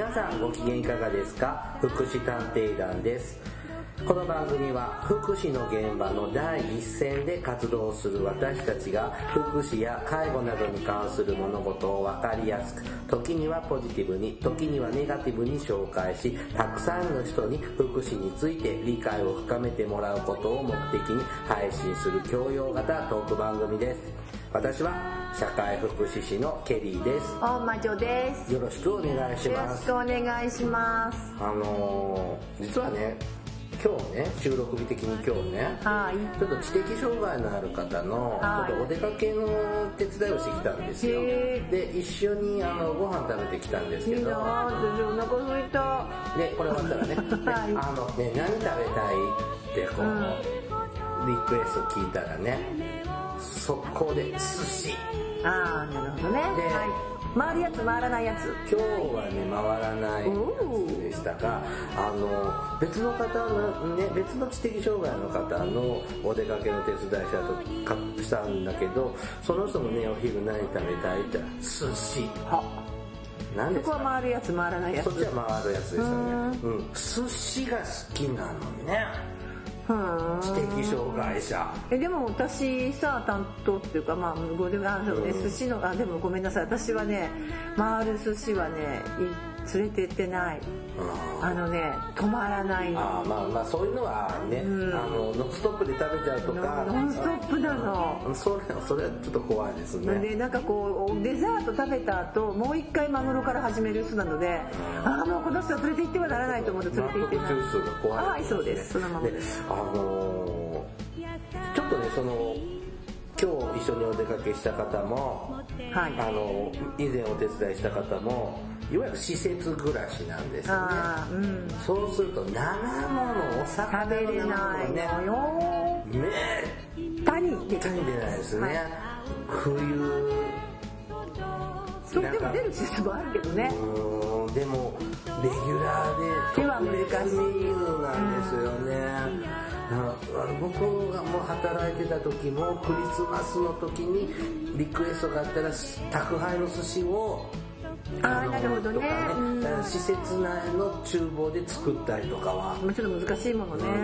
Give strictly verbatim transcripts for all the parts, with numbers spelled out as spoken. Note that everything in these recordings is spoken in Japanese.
皆さんご機嫌いかがですか？福祉探偵団です。この番組は福祉の現場の第一線で活動する私たちが福祉や介護などに関する物事を分かりやすく、時にはポジティブに、時にはネガティブに紹介し、たくさんの人に福祉について理解を深めてもらうことを目的に配信する教養型トーク番組です。私は社会福祉士のケリーです。 大魔女です。 よろしくお願いします。 よろしくお願いします。 あのー、実はね、今日ね、収録日的に今日ね、 はい、 ちょっと知的障害のある方の、はい、ちょっとお出かけの手伝いをしてきたんですよ。で、一緒にあのご飯食べてきたんですけど、 いいなぁ、私お腹空いた。 で、これ終わったらね、はい、あのね、何食べたいってこう、うん、リクエスト聞いたらね、速攻で寿司。 あー、なるほどね。で、はい、回るやつ回らないやつ。 今日はね、回らないやつでしたが、あの別の方のね、別の知的障害の方のお出かけの手伝いしたとしたんだけど、その人もね、お昼何食べたいって言ったら寿司。は何ですか？そこは回るやつ回らないやつ。 そっちは回るやつですよね。うん、寿司が好きなのね。知的障害者。 えでも私さ、担当っていうか、まあごでもあるね、寿司の、あでもごめんなさい、私はね、回る寿司はね連れてってない。あのね、止まらないの。 あまあまあそういうのはね、うん、あのノンストップで食べちゃうとか。 ノンストップなの。 それそれはちょっと怖いですね。 でなんかこうデザート食べた後もう一回マグロから始める人なので、うん、ああもうこの人は連れて行ってはならないと思って連れて行ってない。 ジュースが怖い、ね。 はい、そうです。そのままです。 あのー、ちょっとねその今日一緒にお出かけした方も、はい、あの以前お手伝いした方も。いわゆる施設暮らしなんですよね、うん、そうすると生ものお魚の生ものねめったに出ないですね、はい、冬そうでも出る施設もあるけどね。 うんでもレギュラーで特別メニューなんですよね、うん、僕がもう働いてた時もクリスマスの時にリクエストがあったら宅配の寿司をああなるほどね、 うん、施設内の厨房で作ったりとかはもちろん難しいものね、うん、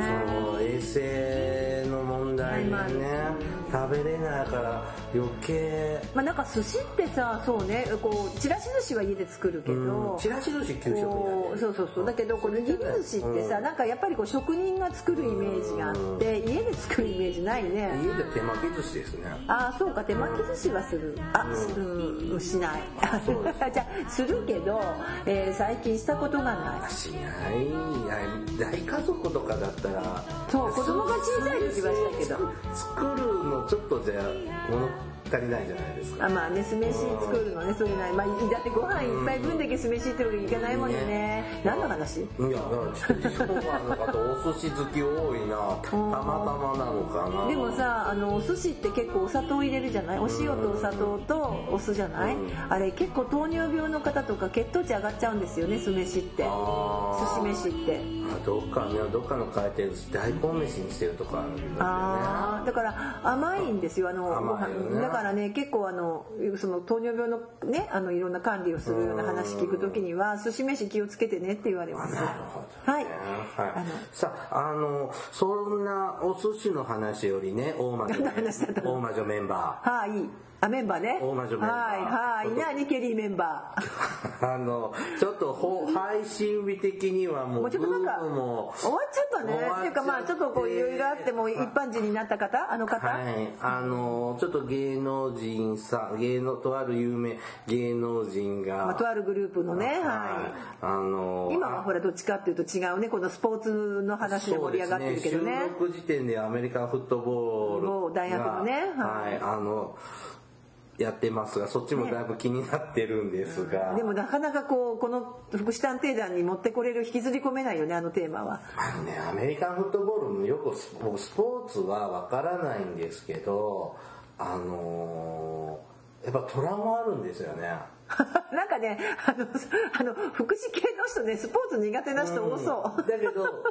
その衛生の問題でね、食べれないから余計まあなんか寿司ってさ、そうね、こうちらし寿司は家で作るけど、 うん、ちらし寿司給食になる、 そうそうそう、だけどこの握り寿司ってさ、うん、なんかやっぱりこう職人が作るイメージがあって、うん、家で作るイメージないね。 家で手巻き寿司ですね。 ああそうか、手巻き寿司はする、あ、うん、しない。じゃあするけど、えー、最近したことがない。 しない。大家族とかだったら、 そう子供が小さい時はしたけど、 作るのちょっとじゃあ物足りないじゃないですか。 あまあね、酢飯作るのね、それない。まあだってご飯いっぱい分だけ酢飯ってわけにいかないもんね。ね、何の話？いや、だから知的障害の方お寿司好き多いな。たまたまなのかな。 でもさ、あのお寿司って結構お砂糖入れるじゃない？お塩とお砂糖とお酢じゃない？あれ結構糖尿病の方とか血糖値上がっちゃうんですよね、酢飯って。寿司飯って。 あ、どっかね、どっかの回転寿司大根飯にしてるとかあるんだよね。 ああ、だから甘いんですよ、あのご飯、ね。だからね、結構あのその糖尿病のね、あのいろんな管理をするような話聞くときには寿司飯気をつけてねって言われます。 なるほど、ね。はい。はい、あのさあ、あのそんなお寿司の話よりね、大魔女大魔女メンバー。 はい。あ、メンバーね。 大魔女メンバー。 はいはい。何ケリーメンバー。あのちょっと配信日的にはもうもうちょっとなんかも終わっちゃったね。っていうかまあちょっとこういろいろあっても一般人になった方、あの方。 はい。あのちょっと芸能人さ、芸能とある有名芸能人が、 まあ、とあるグループのね。はい。 あの今はほらどっちかっていうと違うね。このスポーツの話で盛り上がってるけどね。 収録時点でアメリカンフットボール大学のね。 はい。あのやってますが、そっちもだいぶ気になってるんですが、ね、 うん、でもなかなかこうこの福祉探偵団に持ってこれる引きずり込めないよね、あのテーマは。 あのね、アメリカンフットボールもよくスポーツはわからないんですけど、あのー、やっぱトラウマあるんですよね。 なんかね、あのあの福祉系の人ね、スポーツ苦手な人多そう。 うん、だけど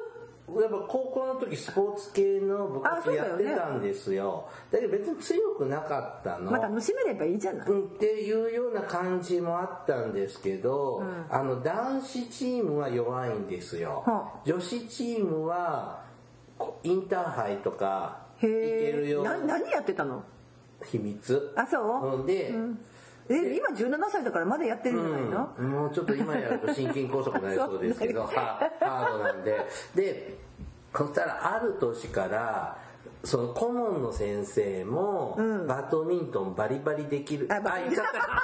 やっぱ高校の時スポーツ系の部活やってたんですよ。だけど別に強くなかったの。 まあ楽しめればいいじゃない。 うん、っていうような感じもあったんですけど、うん、あの男子チームは弱いんですよ。女子チームはインターハイとかいけるような。 何やってたの？ 秘密。 あ、そう？ うん、で、うんえ今じゅうななさいだからまだやってるんじゃないの、 うん、もうちょっと今やると心筋梗塞になりそうですけどハードなんででそしたらある年からその顧問の先生もバドミントンバリバリできる、うん、あ言っちゃ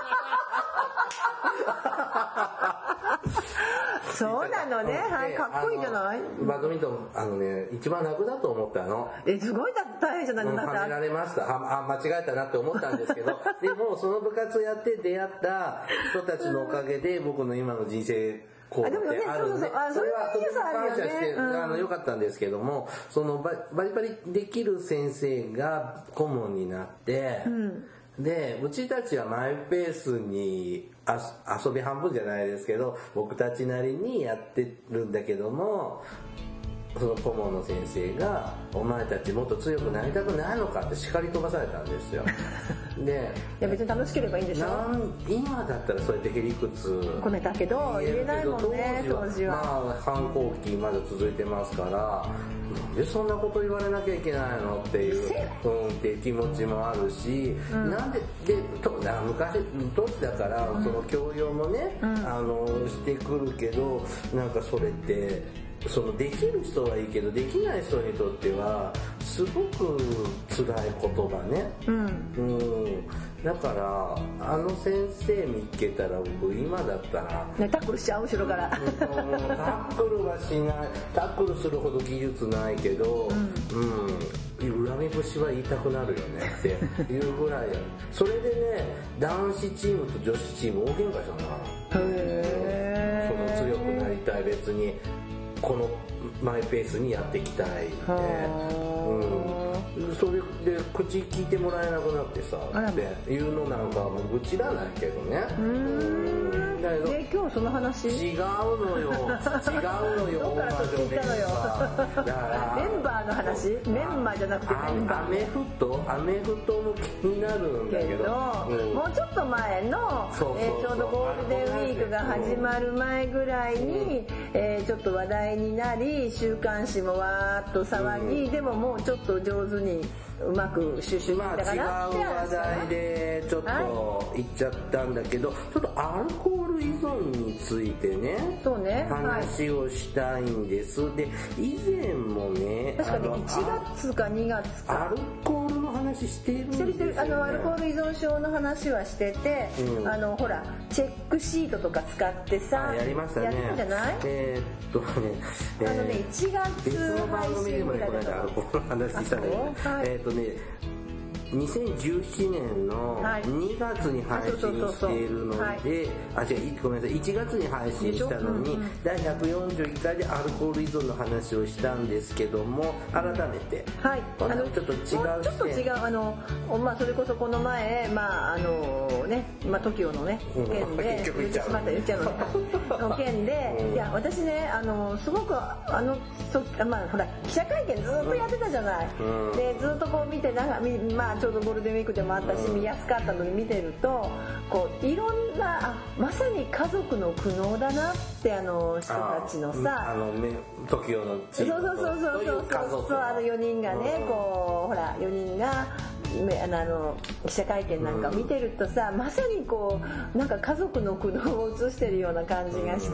ったそうなのね、はい、かっこいいじゃない。 バドミントンあのね一番楽だと思ったの。 えすごい大変じゃないの。 はめられました。あ間違えたなって思ったんですけどでもその部活やって出会った人たちのおかげで僕の今の人生こうってあるんで、それはとても感謝してあの良かったんですけども、そのバリバリできる先生が顧問になって、うん、でうちたちはマイペースにあ遊び半分じゃないですけど僕たちなりにやってるんだけども、その顧問の先生がお前たちもっと強くなりたくないのかって叱り飛ばされたんですよ。でいや別に楽しければいいんでしょ。なん今だったらそうやってへりくつこねたけど言えないもんね。当時はまあ反抗期まだ続いてますからなんでそんなこと言われなきゃいけないのっていう、うん、っていう気持ちもあるし、うん、なんででと昔当時だから、うん、その教養もね、うん、あのしてくるけどなんかそれってそのできる人はいいけどできない人にとってはすごく辛い言葉ね、うんうん、だからあの先生見っけたら僕今だったら、 ね、タックルしちゃう後ろから、うん、タックルはしないタックルするほど技術ないけど、うんうん、恨み節は言いたくなるよねっていうぐらいそれでね男子チームと女子チーム大喧嘩したな。へー、その強くなりたい別にこのマイペースにやっていきたいって、うん、それで口聞いてもらえなくなってさっていうのなんかもう愚痴らないけどね。うーんだけどで今日その話違うのよ違うのよ。 どっからそっち行ったのよ。だからメンバーの話メンマじゃなくてメンバー、 アメフトアメフトも気になるんだけど、けどうん、もうちょっと前のそうそうそう、えー、ちょうどゴールデンウィークが始まる前ぐらいに、うんえー、ちょっと話題になり週刊誌もわーっと騒ぎ、うん、でももうちょっと上手にうまく収集まあ違う話題でちょっと言っちゃったんだけど、はい、ちょっとアルコール依存についてね、 そうね話をしたいんです、はい、で以前もね確かにいちがつかにがつかアルコールの話してるんですよね。してるしてるあのアルコール依存症の話はしてて、うん、あのほらチェックシートとか使ってさやりましたね。 やってんじゃない？ えー、っとね、 えー、あのねいちがつ別の番組でもねこの間アルコールの話したんだけど、はい、えー、っとねにせんじゅうななねんのにがつに配信しているので、あ、違う、ごめんなさい、いちがつに配信したのに、だいひゃくよんじゅういっかいでアルコール依存の話をしたんですけども、改めて、 はい、 あのちょっと違う視点、 ちょっと違う、あの、まあ、それこそこの前、まあ、あのね、まあ、トキオのね、件で、 結局言っちゃうまた言っちゃうのの件で、いや、私ね、あの、すごく、あの、そまあ、ほら、記者会見ずっとやってたじゃない。で、ずっとこう見て、なんか、まあ、ちょうどゴールデンウィークでもあったし見やすかったのに見てるとこういろんなあまさに家族の苦悩だなってあの人たちのさあのトキオのチームそうそうそうそうそうそうあのよにんがね、うん、こうほらよにんがあの記者会見なんかを見てるとさ、うん、まさにこうなんか家族の苦悩を映してるような感じがして、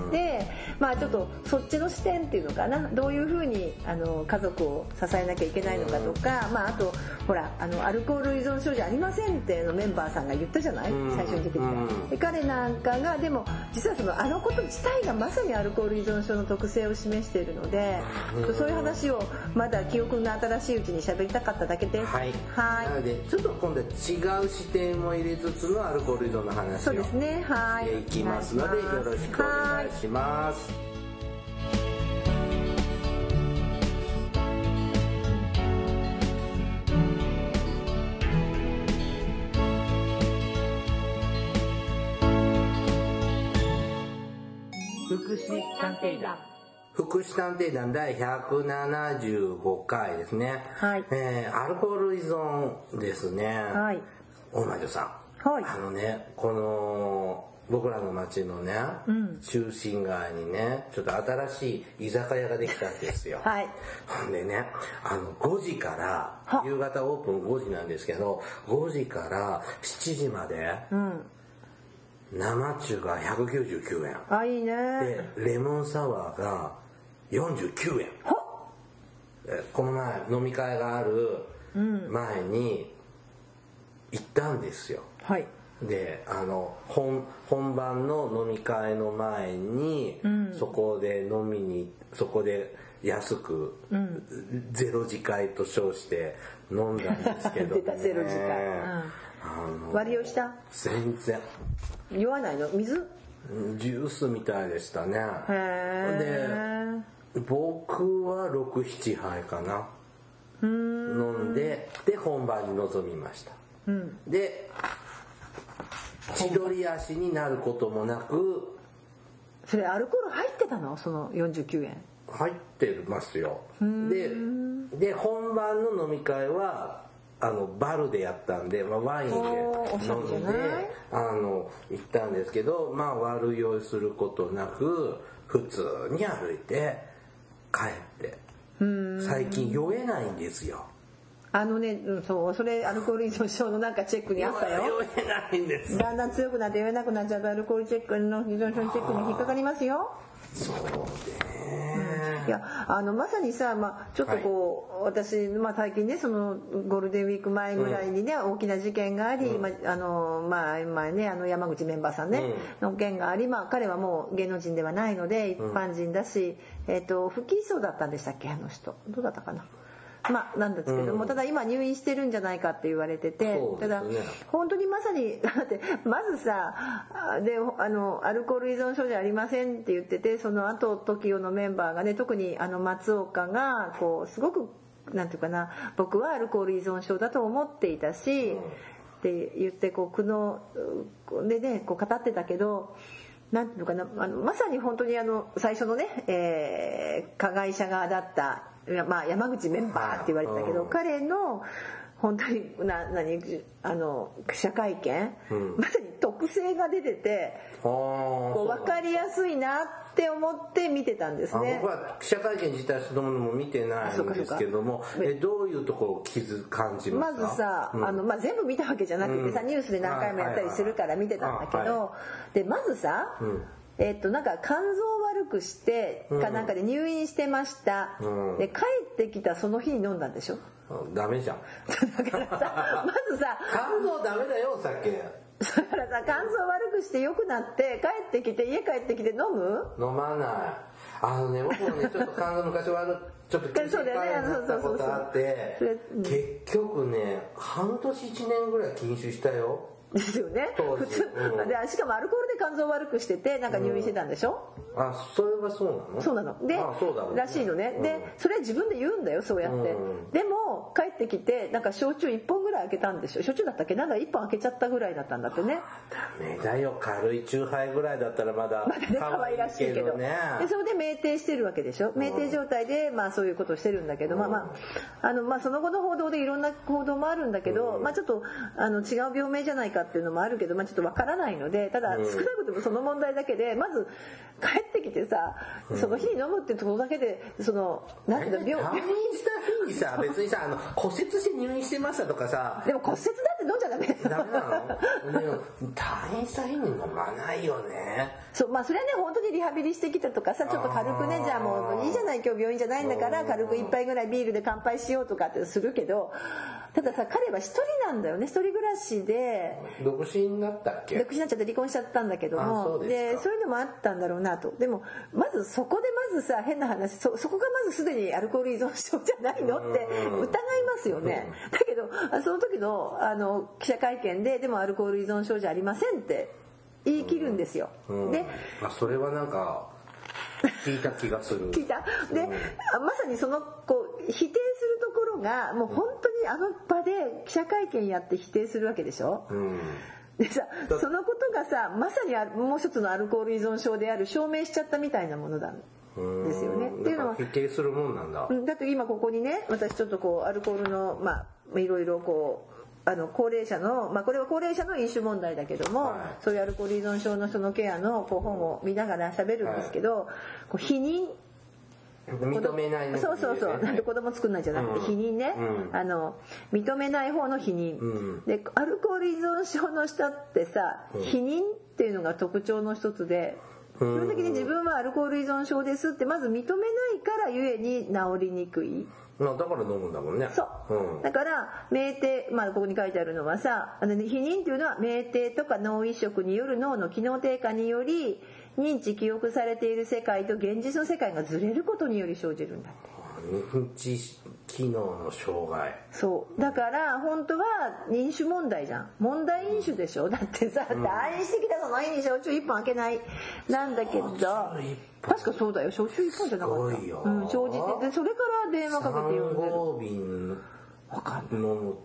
うん、まあちょっとそっちの視点っていうのかなどういうふうにあの家族を支えなきゃいけないのかとか、うん、まああとほらあのアルコール依存症じゃありませんってのメンバーさんが言ったじゃない、うん、最初に出てきた、うん、で彼なんかがでも実はそのあのこと自体がまさにアルコール依存症の特性を示しているので、うん、そういう話をまだ記憶の新しいうちに喋りたかっただけです。 はい、はいなのでちょっと今度は違う視点も入れつつのアルコール依存の話をそうですねはいしていきますのでよろしくお願いします。福祉探偵団福祉探偵団第ひゃくななじゅうごかいですね、 はいえー、アルコール依存ですね、 はい、 大魔女さん、はい、あのねこの僕らの町のね、うん、中心街にねちょっと新しい居酒屋ができたんですよ。 はい。 ほんでねあのごじから夕方オープンごじなんですけどごじからしちじまで、うん、生中がひゃくきゅうじゅうきゅうえん。 あ、いいね。 でレモンサワーがよんじゅうきゅうえん。この前飲み会がある前に行ったんですよ。 はい。 であの 本, 本番の飲み会の前に、うん、そこで飲みにそこで安く、うん、ゼロ次会と称して飲んだんですけど、ね、 出たゼロ次会、うん、あの割りをした全然酔わないの水ジュースみたいでしたね。 へで僕はろく、ななはいかな飲んでで本番に臨みました、うん、で千鳥足になることもなく。 それアルコール入ってたの？そのよんじゅうきゅうえん入ってますよ。でで本番の飲み会はあのバルでやったんで、まあ、ワインで飲んであの行ったんですけど、まあ悪酔いすることなく普通に歩いて帰って最近酔えないんですよ。 あのね、そうそれアルコール依存症のなんかチェックにあったよ。 酔えないんです。 だんだん強くなって酔えなくなっちゃうとアルコールチェックの依存症チェックに引っかかりますよ。 そうね、 うん、いやあのまさにさ、まあ、ちょっとこう、はい、私、まあ、最近ねそのゴールデンウィーク前ぐらいにね、うん、大きな事件があり、うんまああのまあ、前ねあの山口メンバーさんね、うん、の件があり、まあ、彼はもう芸能人ではないので一般人だし、うんえー、と不起訴だったんでしたっけあの人どうだったかな。まあ、なんですけども、うん、ただ今入院してるんじゃないかって言われてて、ね、ただ本当にまさにだってまずさであのアルコール依存症じゃありませんって言っててその後 トキオ のメンバーがね特にあの松岡がこうすごくなんていうかな僕はアルコール依存症だと思っていたし、うん、って言ってこう苦悩でねこう語ってたけど。なんていうのかなあのまさに本当にあの最初のね、えー、加害者側だった、まあ、山口メンバーって言われてたけど、うん、彼の本当にな何あの記者会見、うん、まさに特性が出ててこう分かりやすいなって思って見てたんですね。 僕は記者会見自体そのものも見てないんですけどもえどういうところを気づ感じますか？まずさ、うんあのまあ、全部見たわけじゃなくてさ、うん、ニュースで何回もやったりするから見てたんだけど、はい、でまずさ、うんえっとなんか肝臓を悪くしてかなんかで入院してました、うん、で帰ってきたその日に飲んだんでしょ。 ダメじゃんだからさまずさ肝臓ダメだよさっきだからさ肝臓悪くして良くなって帰ってきて家帰ってきて飲む飲まないあのね僕もねちょっと肝臓昔悪ちょっと気になったことあって結局ね半年いちねんぐらい禁酒したよですよね普通、うん、でしかもアルコールで肝臓悪くしててなんか入院してたんでしょ、 うん、あそれはそうなのそうなのであそうだ、ね、 らしいのね、うん、でそれは自分で言うんだよそうやって、うん、でも帰ってきてなんか焼酎いっぽんぐらい開けたんでしょ焼酎だったっけなんかいっぽん開けちゃったぐらいだったんだってねダメだよ軽い酎ハイぐらいだったらまだまだね可愛らしいけどねでそれで酩酊してるわけでしょ酩酊状態でまあそういうことをしてるんだけど、うん、まあまああのまあその後の報道でいろんな報道もあるんだけど、うん、まあちょっとあの違う病名じゃないかっていうのもあるけどちょっとわからないのでただ少なくともその問題だけでまず帰ってきてさその日に飲むってところだけでそのなんていうの病入院した日にさ別にさあの骨折して入院してましたとかさでも骨折だって飲んじゃダメダメなのでも退院した日に飲まないよねそうまあそれはね本当にリハビリしてきたとかさちょっと軽くねじゃあもういいじゃない今日病院じゃないんだから軽く一杯ぐらいビールで乾杯しようとかってするけどたださ彼は一人なんだよね一人暮らしで独身になったっけ独身になっちゃって離婚しちゃったんだけどもそうでそういうのもあったんだろうなとでもまずそこでまずさ変な話 そ, そこがまずすでにアルコール依存症じゃないのって疑いますよねだけどその時 の, あの記者会見ででもアルコール依存症じゃありませんって言い切るんですよ、うんうん、であそれはなんか聞いた気がする聞いたで、うん、まさにそのこう否定するところがもう本当にあの場で記者会見やって否定するわけでしょ、うんでさそのことがさまさにもう一つのアルコール依存症である証明しちゃったみたいなものだですよね。っていうのは否定するもんなんだ。 だって今ここにね、私ちょっとこうアルコールのまあいろいろこうあの高齢者の、まあ、これは高齢者の飲酒問題だけども、はい、そういうアルコール依存症の人のケアのこう本を見ながら喋るんですけど、はい、こう否認認めない、ね、 そうそうそう、なんで子供作んないじゃなくて、うん、否認ね、うん、あの認めない方の否認、うん、でアルコール依存症の人ってさ、うん、否認っていうのが特徴の一つで、基本的に自分はアルコール依存症ですってまず認めないからゆえに治りにくい。 だから飲むんだもんね。 そう、うん、だから酩酊、まあここに書いてあるのはさ、あの、ね、否認っていうのは酩酊とか脳移植による脳の機能低下により認知記憶されている世界と現実の世界がずれることにより生じるんだって。 認知機能の障害。 そうだから本当は飲酒問題じゃん。問題飲酒でしょ。だってさ、うん、大してきたその日に焼酎一本開けないなんだけど、確かそうだよ、焼酎一本じゃなかった。すごいよ、うん、生じてでそれから電話かけて呼んでる。さん合瓶わかんない飲むって、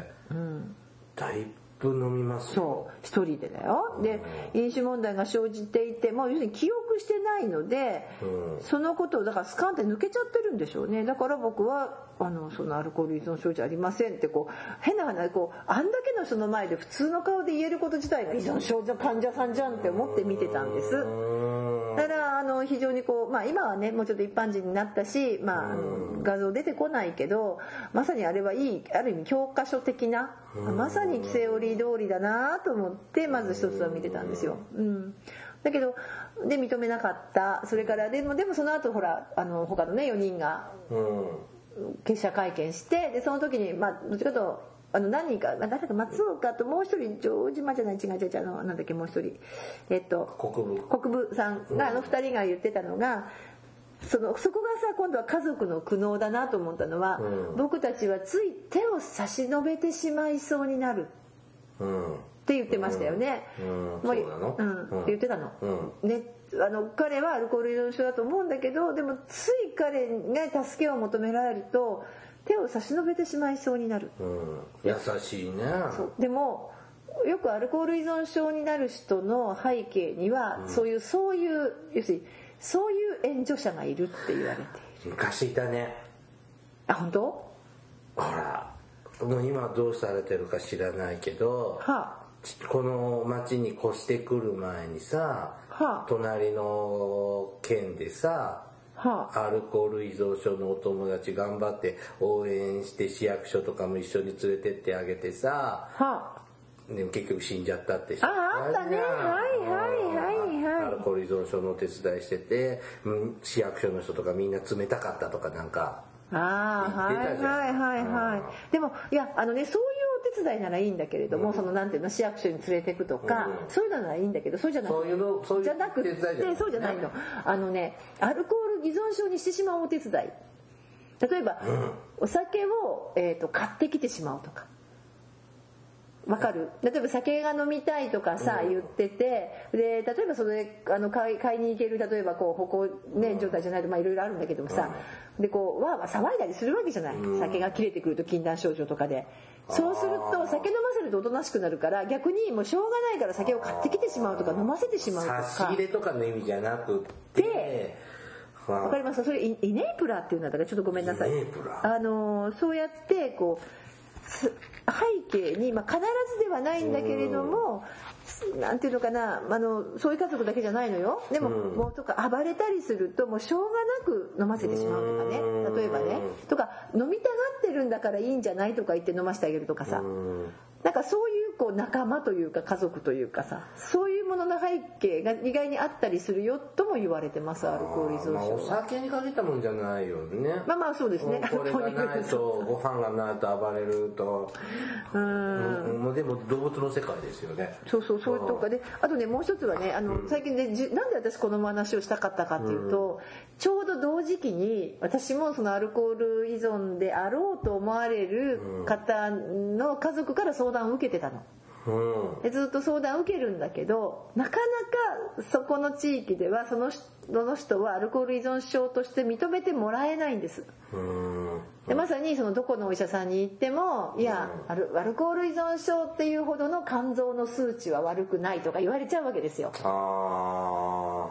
うん、だいぶ飲みますよ。そう一人でだよ。で飲酒問題が生じていて、もう要するに記憶してないので、うん、そのことをだからスカンって抜けちゃってるんでしょうね。だから僕はあのそのアルコール依存症じゃありませんってこう変な話こうあんだけの人の前で普通の顔で言えること自体が依存症じゃ患者さんじゃんって思って見てたんです。だからあの非常にこう、まあ、今はねもうちょっと一般人になったし、まあ、あの画像出てこないけどまさにあれはいいある意味教科書的なまさにセオリー通りだなと思ってまず一つは見てたんですよ。うん、だけどで認めなかった。それからでもでもその後ほらあの他のねよにんが結社会見してでその時にまあどっちかというとあの何人か誰か松岡ともう一人城島じゃない違う違う違うのなんだっけもう一人えっと国分国分さんがあの二人が言ってたのがそのそこがさ今度は家族の苦悩だなと思ったのは、うん、僕たちはつい手を差し伸べてしまいそうになる、うん、って言ってましたよね。 うんうん、そうなの、 うんうん、って言ってたの、うん、ねあの彼はアルコール依存症だと思うんだけどでもつい彼が助けを求められると手を差し伸べてしまいそうになる、 うん、優しいね。 そうでもよくアルコール依存症になる人の背景には、うん、そういうそういう要するにそういう援助者がいるって言われている。 昔いたね。 あ本当？ ほらもう今どうされてるか知らないけど、はあ、この町に越してくる前にさ、はあ、隣の県でさはあ、アルコール依存症のお友達頑張って応援して市役所とかも一緒に連れてってあげてさ、はあ、でも結局死んじゃったって人。 ああったね。はいはいはいはい。 アルコール依存症のお手伝いしてて、うん、市役所の人とかみんな冷たかったとかなんかああはいはいはいはい。でもいやあのねそういうお手伝いならいいんだけれども、うん、そのなんていうの市役所に連れてくとか、うん、そういうのならいいんだけどそうじゃなくてそういうのそういうじゃなくてそうじゃないの。あのねアルコール依存症にしてしまうお手伝い。例えば、うん、お酒を、えーと、買ってきてしまうとか。わかる？例えば酒が飲みたいとかさ、うん、言っててで例えばそれあの買い買いに行ける例えばこう歩行、ね、状態じゃないとまあいろいろあるんだけどもさ、うん、でこうわーわー騒いだりするわけじゃない、うん、酒が切れてくると禁断症状とかでそうすると酒飲ませるとおとなしくなるから逆にもうしょうがないから酒を買ってきてしまうとか飲ませてしまうとか差し入れとかの意味じゃなくてわかりますか？それイネイプラーっていうんだったらちょっとごめんなさい。あのそうやってこう背景に、まあ、必ずではないんだけれどもなんていうのかなあのそういう家族だけじゃないのよ。でも、うん、もうとか暴れたりするともうしょうがなく飲ませてしまうとかね例えばねとか飲みたがってるんだからいいんじゃないとか言って飲ませてあげるとかさなんかそういうこう仲間というか家族というかさそういうものの背景が意外にあったりするよとも言われてますアルコール依存症は、まあ、 お酒に限ったもんじゃないよね。 まあまあそうですね。 これがないとご飯がないと暴れるとうんもうでも動物の世界ですよね。 そうそうそういうとかであとねもう一つはねあの、うん、最近でなんで私この話をしたかったかっていうと、うん、ちょうど同時期に私もそのアルコール依存であろうと思われる方の家族から相談を受けてたの。うん、でずっと相談を受けるんだけどなかなかそこの地域ではその人の人はアルコール依存症として認めてもらえないんです。うんでまさにそのどこのお医者さんに行ってもいやアル、アルコール依存症っていうほどの肝臓の数値は悪くないとか言われちゃうわけですよ。あ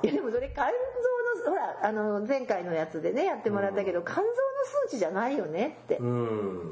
いやでもそれ肝臓のほらあの前回のやつでねやってもらったけど、うん、肝臓の数値じゃないよねって、うん、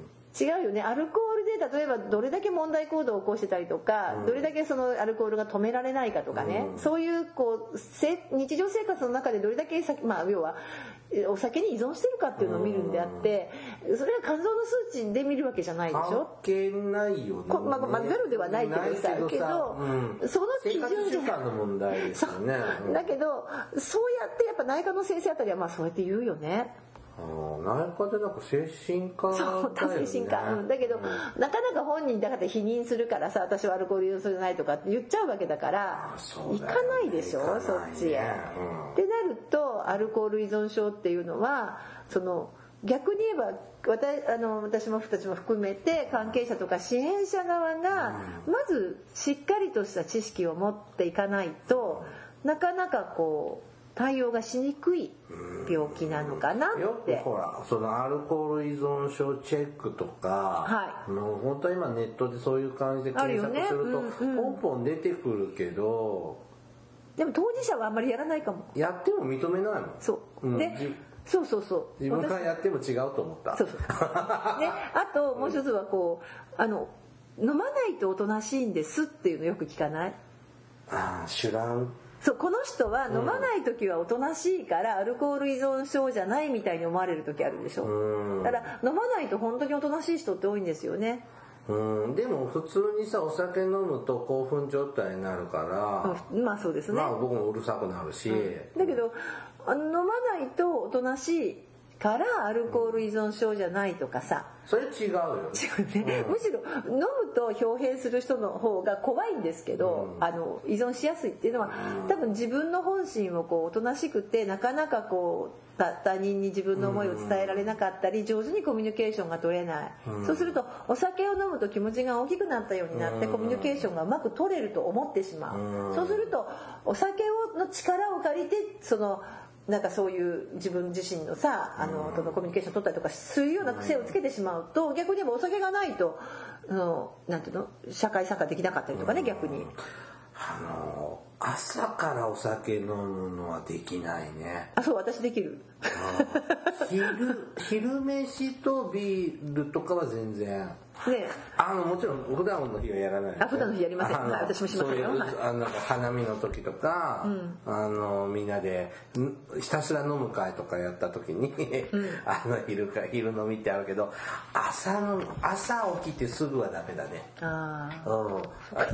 違うよね。アルコールで例えばどれだけ問題行動を起こしてたりとか、うん、どれだけそのアルコールが止められないかとかね、うん、そういうこう日常生活の中でどれだけまあ要はお酒に依存してるかっていうのを見るんであって、うん、それは肝臓の数値で見るわけじゃないでしょ。 関係ないよね。 まあ、まあ、ゼロではないけどさ、けど、うん、その基準生活習慣の問題ですよね。 だけどそうやってやっぱ内科の先生あたりはまあそうやって言うよね。 内科でなんか精神科だよね。 そう精神科、うん、だけど、うん、なかなか本人だから否認するからさ、私はアルコール依存症じゃないとかって言っちゃうわけだから行、ね、かないでしょ、ね、そっちへ、うん、ってなるとアルコール依存症っていうのはその逆に言えば私, あの私もたちも含めて関係者とか支援者側がまずしっかりとした知識を持っていかないとなかなかこう対応がしにくい病気なのかなって。 よくほらそのアルコール依存症チェックとか、はい、もう本当は今ネットでそういう感じで検索すると、ねうんうん、ポンポン出てくるけど、 でも当事者はあんまりやらないかも。 やっても認めないもん。 そう、うん、でそうそうそう自分がやっても違うと思った。 そうそうであともう一つはこうあの飲まないとおとなしいんですっていうのよく聞かない？ ああ酒乱。 そうこの人は飲まない時はおとなしいからアルコール依存症じゃないみたいに思われる時あるでしょ。だから飲まないと本当におとなしい人って多いんですよね。 うんでも普通にさお酒飲むと興奮状態になるから、 うん、まあそうですね。 まあ僕もうるさくなるし、うん、 だけどあの飲まないとおとなしいからアルコール依存症じゃないとかさ、 それ違うよ。 違うね、うん、むしろ飲むと表変する人の方が怖いんですけど、うん、あの依存しやすいっていうのは、うん、多分自分の本心をこうおとなしくてなかなかこう他人に自分の思いを伝えられなかったり上手にコミュニケーションが取れない、うん、そうするとお酒を飲むと気持ちが大きくなったようになってコミュニケーションがうまく取れると思ってしまう、うん、そうするとお酒の力を借りてそのなんかそういう自分自身のさあの、うん、コミュニケーション取ったりとかするような癖をつけてしまうと逆に言えばお酒がないとあのなんていうの社会参加できなかったりとかね、うん、逆にあの朝からお酒飲むのはできないね。 あそう私できる昼昼飯とビールとかは全然ね、 あのもちろん普段の日はやらない、ね、 あ普段の日やりません。私もしませんよ。 あの花見の時とか、うん、あのみんなでひたすら飲む会とかやった時に、うん、あの昼か昼飲みってあるけど朝の朝起きてすぐはダメだね。あ、うん、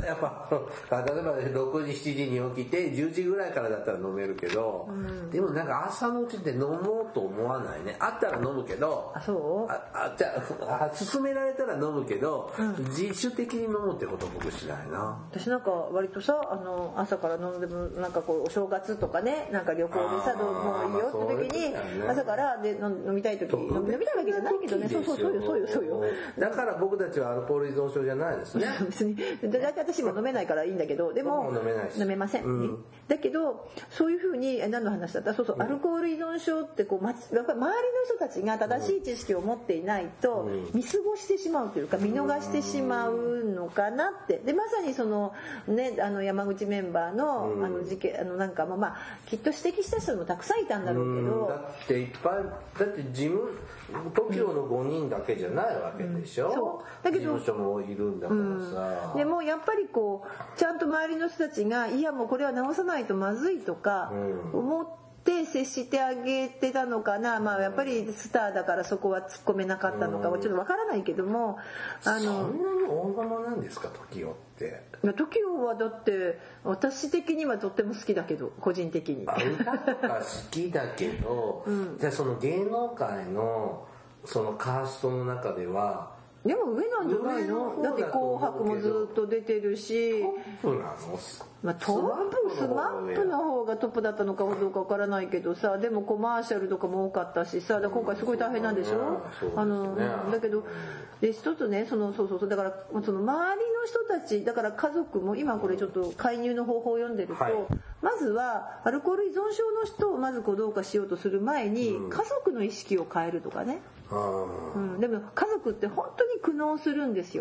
やっぱ例えばろくじしちじに起きてじゅうじぐらいからだったら飲めるけど、うん、でもなんか朝のうちって飲もうと思わないね。あったら飲むけど、 あそうああじゃあ勧められたら飲むけど、うん、自主的に飲むってこと僕しないな。 私なんか割とさあの朝から飲んでもなんかこうお正月とかねなんか旅行でさどうもいいよって時に、ね、朝からで飲みたい時に飲みたいわけじゃないけどね。そうそうそうよそうよそうよ。 だから僕たちはアルコール依存症じゃないですね。 別にだいたい私も飲めないからいいんだけどでも飲めないし飲めません、うん、だけどそういうふうに何の話だったそうそう、うん、アルコール依存症ってこうやっぱり周りの人たちが正しい知識を持っていないと見過ごしてしまうというか見逃してしまうのかなって。でまさにそのねあの山口メンバーのあの事件あのなんかもまあきっと指摘した人もたくさんいたんだろうけど、 だっていっぱいだって事務 トキオ のごにんだけじゃないわけでしょ、うん、そうだけど事務所もいるんだからさ、 うん、でもやっぱりこうちゃんと周りの人たちがいやもうこれは直さないとまずいとか思ってで接してあげてたのかな。まあやっぱりスターだからそこは突っ込めなかったのかちょっとわからないけどもあのそんなに大物なんですか トキオ って。 トキオ はだって私的にはとっても好きだけど個人的に歌とか好きだけど、うん、じゃあその芸能界のそのカーストの中ではでも上なんじゃないの？だって紅白もずっと出てるしトップなの？ まあ、トップスマップの方がトップだったのかどうかわからないけどさでもコマーシャルとかも多かったしさ今回すごい大変なんでしょ、うん、あのだけどで一つねそのそうそうそうだからその周りの人たちだから家族も今これちょっと介入の方法を読んでると、はい、まずはアルコール依存症の人をまずこうどうかしようとする前に、うん、家族の意識を変えるとかね、うん、でも家族って本当に苦悩するんですよ。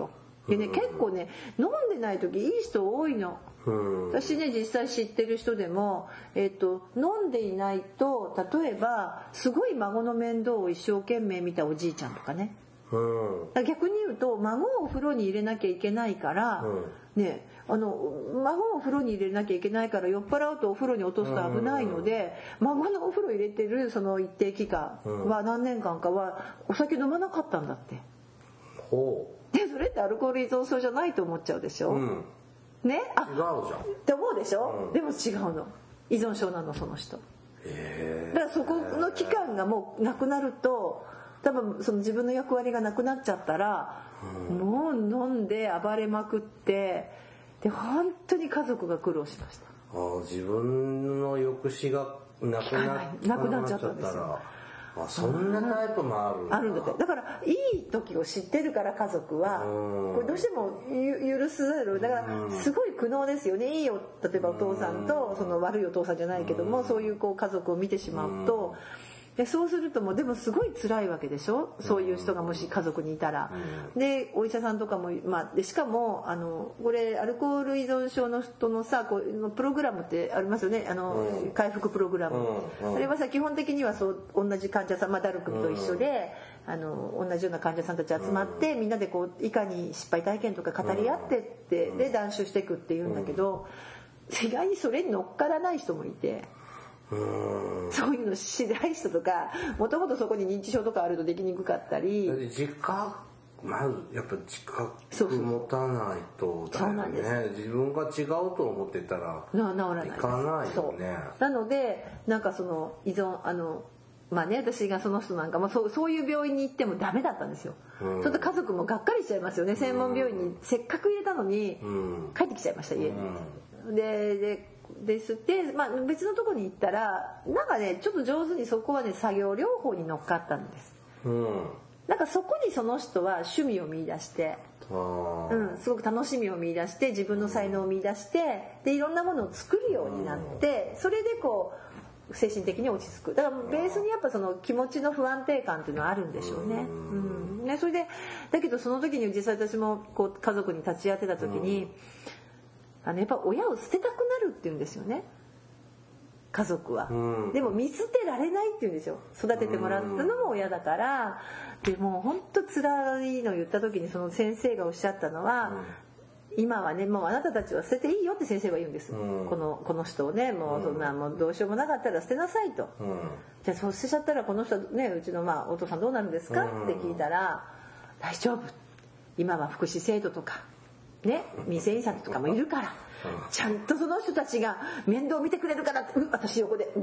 でね、結構ね飲んでない時いい人多いの。うん、私ね実際知ってる人でも、えーと、飲んでいないと例えばすごい孫の面倒を一生懸命見たおじいちゃんとかね、うん、逆に言うと孫をお風呂に入れなきゃいけないから、うん、ねあの孫をお風呂に入れなきゃいけないから酔っ払うとお風呂に落とすと危ないので、うん、孫のお風呂入れてるその一定期間は何年間かはお酒飲まなかったんだって。ほう。でそれってアルコール依存症じゃないと思っちゃうでしょ、うんね、あ違うじゃんって思うでしょ、うん、でも違うの依存症なのその人。へだからそこの期間がもうなくなると多分その自分の役割がなくなっちゃったら、うん、もう飲んで暴れまくってで本当に家族が苦労しました。 あ自分の抑止がなく な, なくなっちゃったんですよ。 あそんなタイプもあるんだ。 あるんだって。だからいい時を知ってるから家族はこれどうしても許すざるだからすごい苦悩ですよね。いいよ例えばお父さんとその悪いお父さんじゃないけどもそういうこう家族を見てしまうとでそうするともうでもすごい辛いわけでしょ。そういう人がもし家族にいたら。でお医者さんとかも、まあ、でしかもあのこれアルコール依存症の人のさこうプログラムってありますよね。あの回復プログラム。あれはさ基本的にはそう同じ患者さん、まあ、ダルクと一緒であの同じような患者さんたち集まってみんなでこういかに失敗体験とか語り合ってってで断酒していくっていうんだけど意外にそれに乗っからない人もいて。うんそういうのしない人とかもともとそこに認知症とかあるとできにくかったり自覚まずやっぱ自覚持たないとだよね。そうなんです。自分が違うと思ってたら治らないいかないよね。 なのでなんかその依存あのまあね私がその人なんかもそう、そういう病院に行ってもダメだったんですよ、うん、ちょっと家族もがっかりしちゃいますよね。専門病院にせっかく入れたのに帰ってきちゃいました家に、うん、ででですって、まあ、別のところに行ったらなんかねちょっと上手にそこはね作業療法に乗っかったんです、うん、なんかそこにその人は趣味を見出して、うん、すごく楽しみを見出して自分の才能を見出してでいろんなものを作るようになってそれでこう精神的に落ち着く。だからベースにやっぱその気持ちの不安定感っていうのはあるんでしょうね、うんねそれでだけどその時に実際私もこう家族に立ち会ってた時に、うんあのやっぱ親を捨てたくなるって言うんですよね家族は、うん、でも見捨てられないって言うんですよ。育ててもらったのも親だからでもう本当辛いのを言った時にその先生がおっしゃったのは、うん、今はねもうあなたたちは捨てていいよって先生は言うんです、うん、このこの人をねもうそんなもうどうしようもなかったら捨てなさいと、うん、じゃあそう捨てちゃったらこの人ねうちのまあお父さんどうなるんですかって聞いたら大丈夫今は福祉制度とかね、店員さんとかもいるから、うん、ちゃんとその人たちが面倒見てくれるからって、うん、私横で、うん、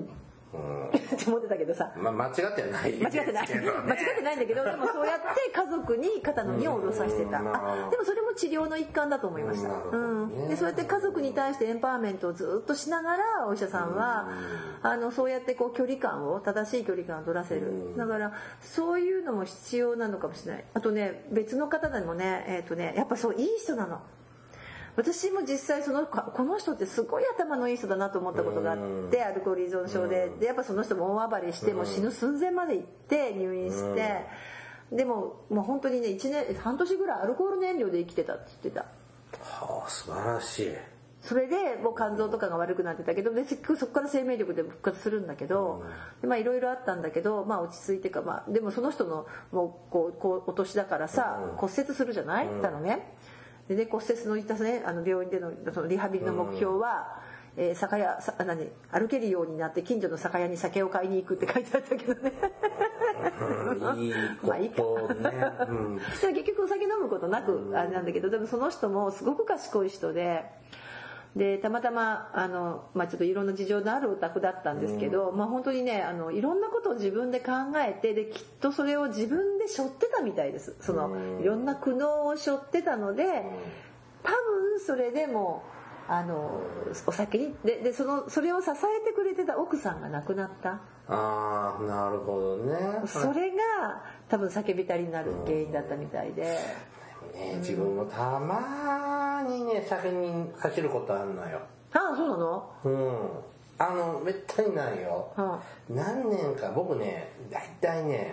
って思ってたけどさ、 まあ、間違ってはない、 間違ってない、ね、間違ってないんだけどでもそうやって家族に肩の荷を下ろさせてた、うん、あでもそれも治療の一環だと思いました、うんうん、でそうやって家族に対してエンパワーメントをずっとしながらお医者さんは、うん、あのそうやってこう距離感を正しい距離感を取らせる、うん、だからそういうのも必要なのかもしれない。あとね別の方でもねえっとねやっぱそういい人なの。私も実際そのこの人ってすごい頭のいい人だなと思ったことがあってアルコール依存症ででやっぱその人も大暴れしてもう死ぬ寸前まで行って入院してでももう本当にねいちねん半年ぐらいアルコール燃料で生きてたって言ってた。 はあ素晴らしい。 それでもう肝臓とかが悪くなってたけどでそこから生命力で復活するんだけどでまあいろいろあったんだけどまあ落ち着いてかまあでもその人のもうこうこうお年だからさ骨折するじゃないたのね。でね、骨折のいったねあの病院でのそのリハビリの目標は、うんえー、酒屋さ何歩けるようになって近所の酒屋に酒を買いに行くって書いてあったけどね。 うん、いいことね。まあいいか。うん、でも結局お酒飲むことなくあれなんだけどでもその人もすごく賢い人で。でたまたまあの、まあ、ちょっといろんな事情のあるお宅だったんですけど、うんまあ、本当にねあのいろんなことを自分で考えてできっとそれを自分で背負ってたみたいです。その、うん、いろんな苦悩を背負ってたので、うん、多分それでもあのお酒に で, でそのそれを支えてくれてた奥さんが亡くなった。 あーなるほどね。 それが多分酒浸りになる原因だったみたいで。 ね、自分もたまにね酒に走ることあるのよ。 ああそうなの？ うんあのめったにないよ、はあ、何年か僕ねだいたいね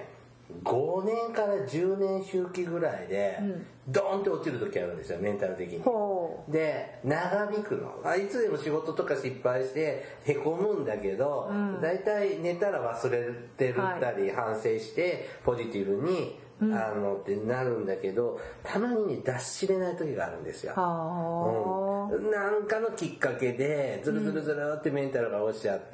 ごねんからじゅうねん周期ぐらいで、うん、ドーンって落ちる時あるんですよ、メンタル的に。で長引くの。あいつでも仕事とか失敗してへこむんだけど、うん、だいたい寝たら忘れてるったり、はい、反省してポジティブに、うん、あのってなるんだけど、たまにね出し知れない時があるんですよ。うん、なんかのきっかけでズルズルズルってメンタルが落ちちゃって、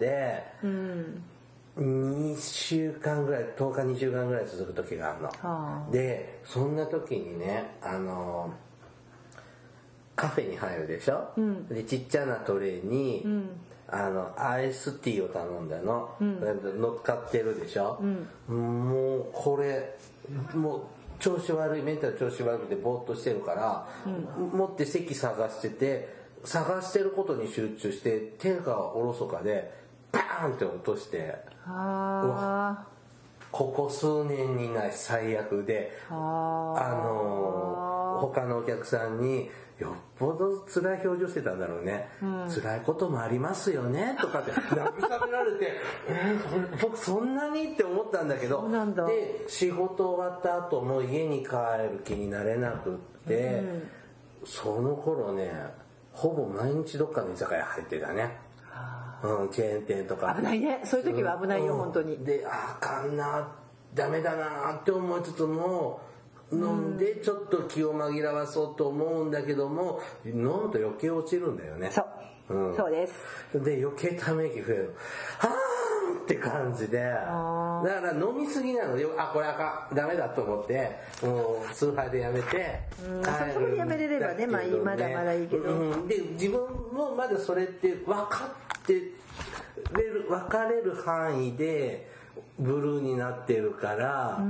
うんにしゅうかんぐらい、とおかにしゅうかんぐらい続く時があるの、はあ、でそんな時にね、あのカフェに入るでしょ、うん、でちっちゃなトレーに、うん、あのアイスティーを頼んだの、うん、乗っかってるでしょ、うん、もうこれもう調子悪い、メンタル調子悪くてぼーっとしてるから、うん、持って席探してて、探してることに集中して手がおろそかでバーンって落として、あここ数年にない最悪で、あのー、他のお客さんによっぽど辛い表情してたんだろうね、うん、辛いこともありますよねとかって慰められてえー、僕そんなにって思ったんだけど、で仕事終わった後も家に帰る気になれなくって、うん、その頃ねほぼ毎日どっかの居酒屋入ってたね。うん、チェーン店とか危ないね、そういう時は危ないよ、うん、本当に。 であかんな、ダメだなって思いつつも飲んでちょっと気を紛らわそうと思うんだけども、飲むと余計落ちるんだよね。 そう、うん、そうです。 で余計ため息増える、はーって感じで、だから飲みすぎなので、あこれあかんダメだと思ってもう数杯でやめて帰るんだけどね。そこでやめれればね、まあ、まだまだいいけど、 うん、で自分もまだそれって分かってれる、分かれる範囲でブルーになってるから、うん、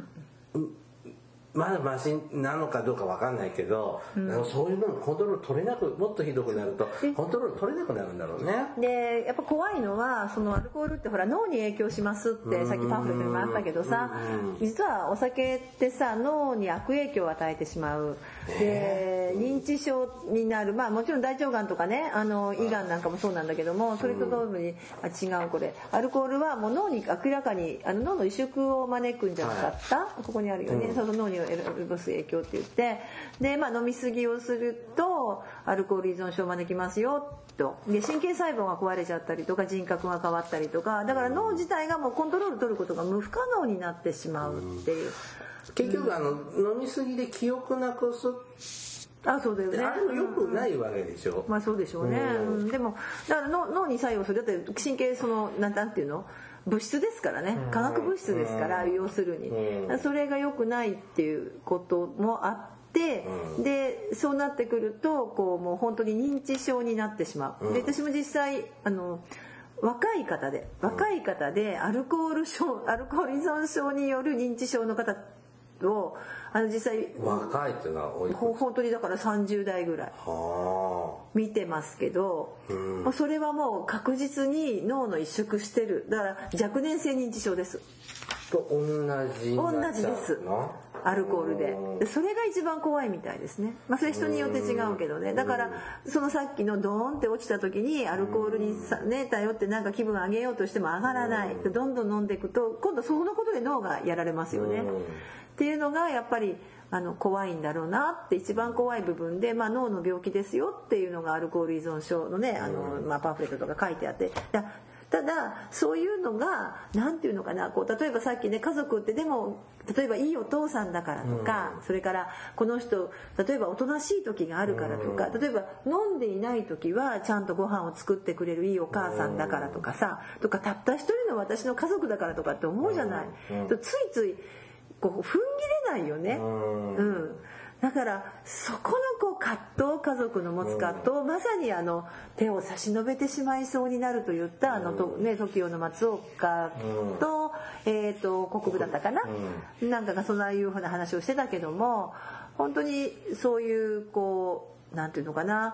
まだマシなのかどうか分かんないけど、うん、そういうのコントロール取れなく、もっとひどくなるとコントロール取れなくなるんだろうね。 でやっぱ怖いのはそのアルコールってほら脳に影響しますってさっきパンフレットにもあったけどさ、実はお酒ってさ脳に悪影響を与えてしまう。で認知症になる、まあもちろん大腸がんとかね、あの胃がんなんかもそうなんだけども、それと同時にあ違う、これアルコールはもう脳に明らかにあの脳の萎縮を招くんじゃなかった、はい、ここにあるよね、うん、そうそう脳に及ぼす影響って言って、でまあ飲み過ぎをするとアルコール依存症を招きますよと。で神経細胞が壊れちゃったりとか人格が変わったりとか、だから脳自体がもうコントロール取ることが無不可能になってしまうっていう。 結局あの、うん、飲み過ぎで記憶なくす、 あ、そうだよね。 あれも良くないわけでしょ。 まあそうでしょうね。うん、でもだから脳脳に作用する、だって神経そのなんなんていうの物質ですからね、化学物質ですから、うん、要するに、うん、それが良くないっていうこともあって、うん、でそうなってくるとこうもう本当に認知症になってしまう。で私も実際あの若い方で若い方でアルコール症アルコール依存症による認知症の方をあの実際若いっていうのは多い、 本当にだからさんじゅう代ぐらい見てますけど、うん、それはもう確実に脳の萎縮してる。だから若年性認知症です。 と同じ同じです。アルコールで。でそれが一番怖いみたいですね。まあそれ人によって違うけどね。だからそのさっきのドーンって落ちた時にアルコールにさ、ね、頼ってなんか気分上げようとしても上がらない。どんどん飲んでいくと今度そのことで脳がやられますよね。っていうのがやっぱりあの怖いんだろうなって、一番怖い部分で、まあ、脳の病気ですよっていうのがアルコール依存症のねあの、まあ、パンフレットとか書いてあって、だただそういうのがなんていうのかな、こう例えばさっきね家族ってでも例えばいいお父さんだからとか、うん、それからこの人例えばおとなしい時があるからとか、例えば飲んでいない時はちゃんとご飯を作ってくれるいいお母さんだからとかさ、とかたった一人の私の家族だからとかって思うじゃない、うん、ついついこう踏ん切れないよね、うん、うん、だからそこのこう葛藤、家族の持つ葛藤、うん、まさにあの手を差し伸べてしまいそうになるといったあのと、ね、トキオの松岡と、うん、えーと国分だったかな、うん、なんかがそんないうふうな話をしてたけども、本当にそういうこうなんていうのかな、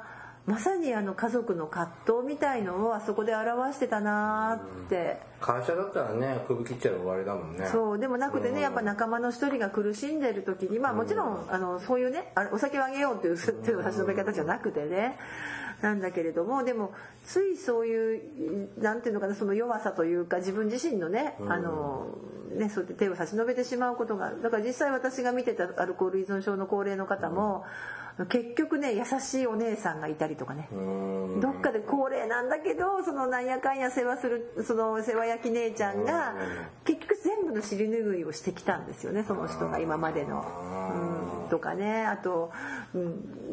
まさにあの家族の葛藤みたいのをあそこで表してたなって、 うん、会社だったらね首切っちゃう終わりだもんね。 そうでもなくてね、やっぱ仲間の一人が苦しんでる時にまあもちろんあのそういうねお酒をあげようっていう手の差し伸べ方じゃなくてねなんだけれども、でもついそういうなんていうのかな、その弱さというか自分自身のね、あのねそうやって手を差し伸べてしまうことが、だから実際私が見てたアルコール依存症の高齢の方も、うん、結局ね優しいお姉さんがいたりとかね、どっかで高齢なんだけどそのなんやかんや世話するその世話焼き姉ちゃんが結局全部の尻拭いをしてきたんですよね、その人が今までの、うん、とかね。あと、うん、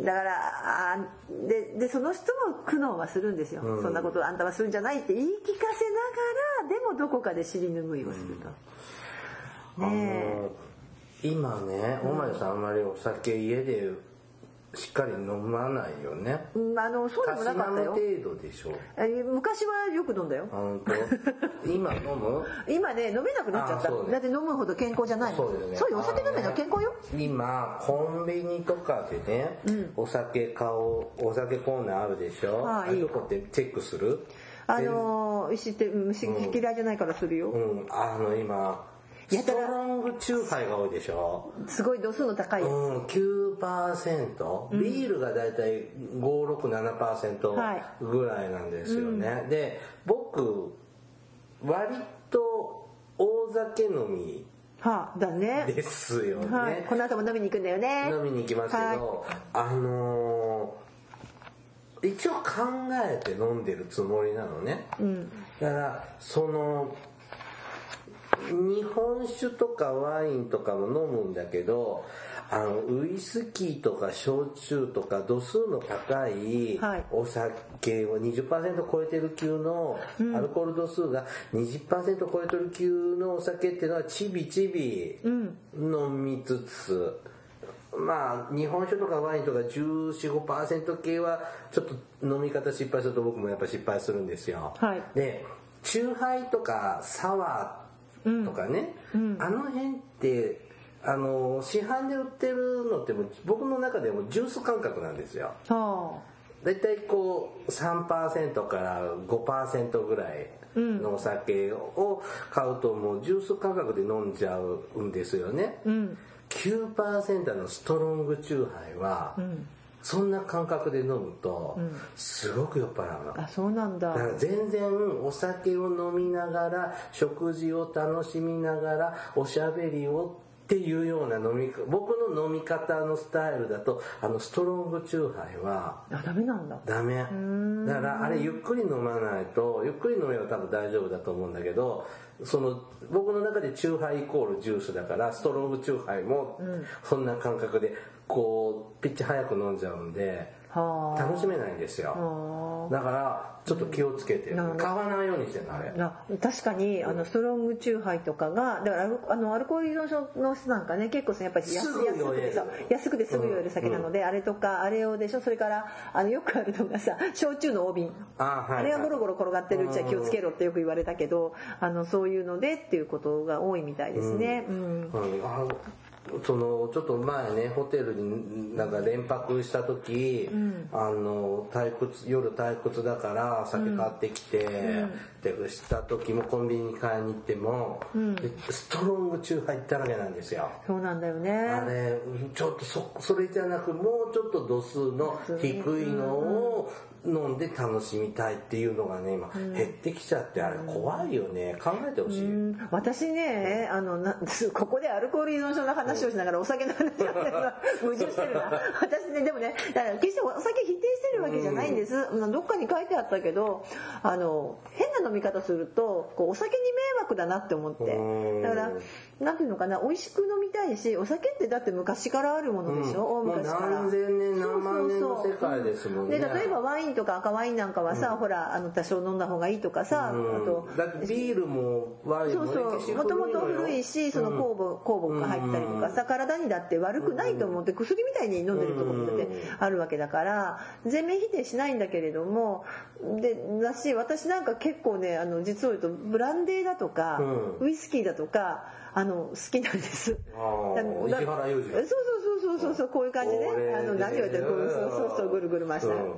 だからあででその人も苦悩はするんですよ、うん、そんなことあんたはするんじゃないって言い聞かせながらでもどこかで尻拭いをすると、うん、ねえ今ね大前さんあんまりお酒家でしっかり飲まないよね。 うん、あのそうでもなかったよ。 程度でしょ。 昔はよく飲んだよ。 本当。今飲む？ 今ね飲めなくなっちゃった。ね、だって飲むほど健康じゃないの。そうですね。そうよ、お酒飲めの健康よ。 今コンビニとかでね、うん、お酒買おうお酒コーナーあるでしょ。ああいい。どこってチェックする？ あの知って虫嫌いじゃないからするよ。 うん、うん、あの今。ストロングチューハイが多いでしょ。 すごい度数の高いやつ、 うん、きゅうパーセント、うん、ビールがだいたいご、ろく、ななパーセントぐらいなんですよね、はい、うん、で僕割と大酒飲みはあ、だねですよね、 はい、この後も飲みに行くんだよね。 飲みに行きますけど、はい、あのー、一応考えて飲んでるつもりなのね、うん、だからその日本酒とかワインとかも飲むんだけど、あのウイスキーとか焼酎とか度数の高いお酒を にじゅっパーセント 超えてる級のアルコール度数が にじゅっパーセント 超えてる級のお酒っていうのはちびちび飲みつつ、まあ日本酒とかワインとか じゅうよん、ごパーセント 系はちょっと飲み方失敗すると僕もやっぱ失敗するんですよ、はい、でチューハイとかサワーとかね、うんうん、あの辺ってあの市販で売ってるのっても僕の中でもジュース感覚なんですよ。だいたいこう さんパーセント から ごパーセント ぐらいのお酒を買うともうジュース感覚で飲んじゃうんですよね、うん、きゅうパーセント のストロングチューハイは、うん、そんな感覚で飲むとすごく酔っ払うの、うん、 あ、そうなんだ。 だから全然お酒を飲みながら食事を楽しみながらおしゃべりをっていうような飲み僕の飲み方のスタイルだとあのストロングチューハイはあダメなんだ。 ダメだからあれゆっくり飲まないとゆっくり飲めば多分大丈夫だと思うんだけど、その僕の中でチューハイイコールジュースだからストロングチューハイもそんな感覚でこうピッチ早く飲んじゃうんで楽しめないんですよ。だからちょっと気をつけて、うん、買わないようにしてるのあれ。 確かにあのストロングチューハイとかがだからあのアルコール依存症の人なんかね結構やっぱり安くてさ安くてすぐ酔える酒なので、うん、あれとかあれをでしょ。それからあのよくあるのがさ焼酎の大瓶 あ,、はいはい、あれがゴロゴロ転がってるうちは気をつけろってよく言われたけど、あのそういうのでっていうことが多いみたいですね。うん、うんうん、あそのちょっと前ねホテルになんか連泊した時、うん、あの退屈夜退屈だから酒買ってきて、うん、でした時もコンビニに買いに行っても、うん、でストロングチューハイだらけなんですよ。 そうなんだよね。 あれちょっと そ, それじゃなくもうちょっと度数の低いのを飲んで楽しみたいっていうのがね今減ってきちゃって、あれ怖いよね。考えてほしい。うん、 私ねあのなここでアルコール依存症の話をしながらお酒の話をするのは矛盾してるな私ねでもねだから決してお酒否定してるわけじゃないんです、うん、どっかに書いてあったけどあの変な飲み方するとこうお酒に迷惑だなって思って、だからなんていうのかな美味しく飲みたいし、お酒ってだって昔からあるものでしょ、うん、大昔から。 何千年何万年の世界ですもんね。 で例えばワインとか赤ワインなんかはさ、うん、ほらあの多少飲んだ方がいいとかさ、うん、あとだってビールもワインもそうそうもともと古いしその酵母、うん、酵母が入ったりとかさ、体にだって悪くないと思って薬みたいに飲んでるところだってあるわけだから全面否定しないんだけれども、でだし私なんか結構ねあの実を言うとブランデーだとか、うん、ウイスキーだとかあの好きなんです。 あ石原裕次郎。 そうそうそうそうそうこういう感じで、ね、あの何を言ってるそうそうそうぐるぐる回した、うん、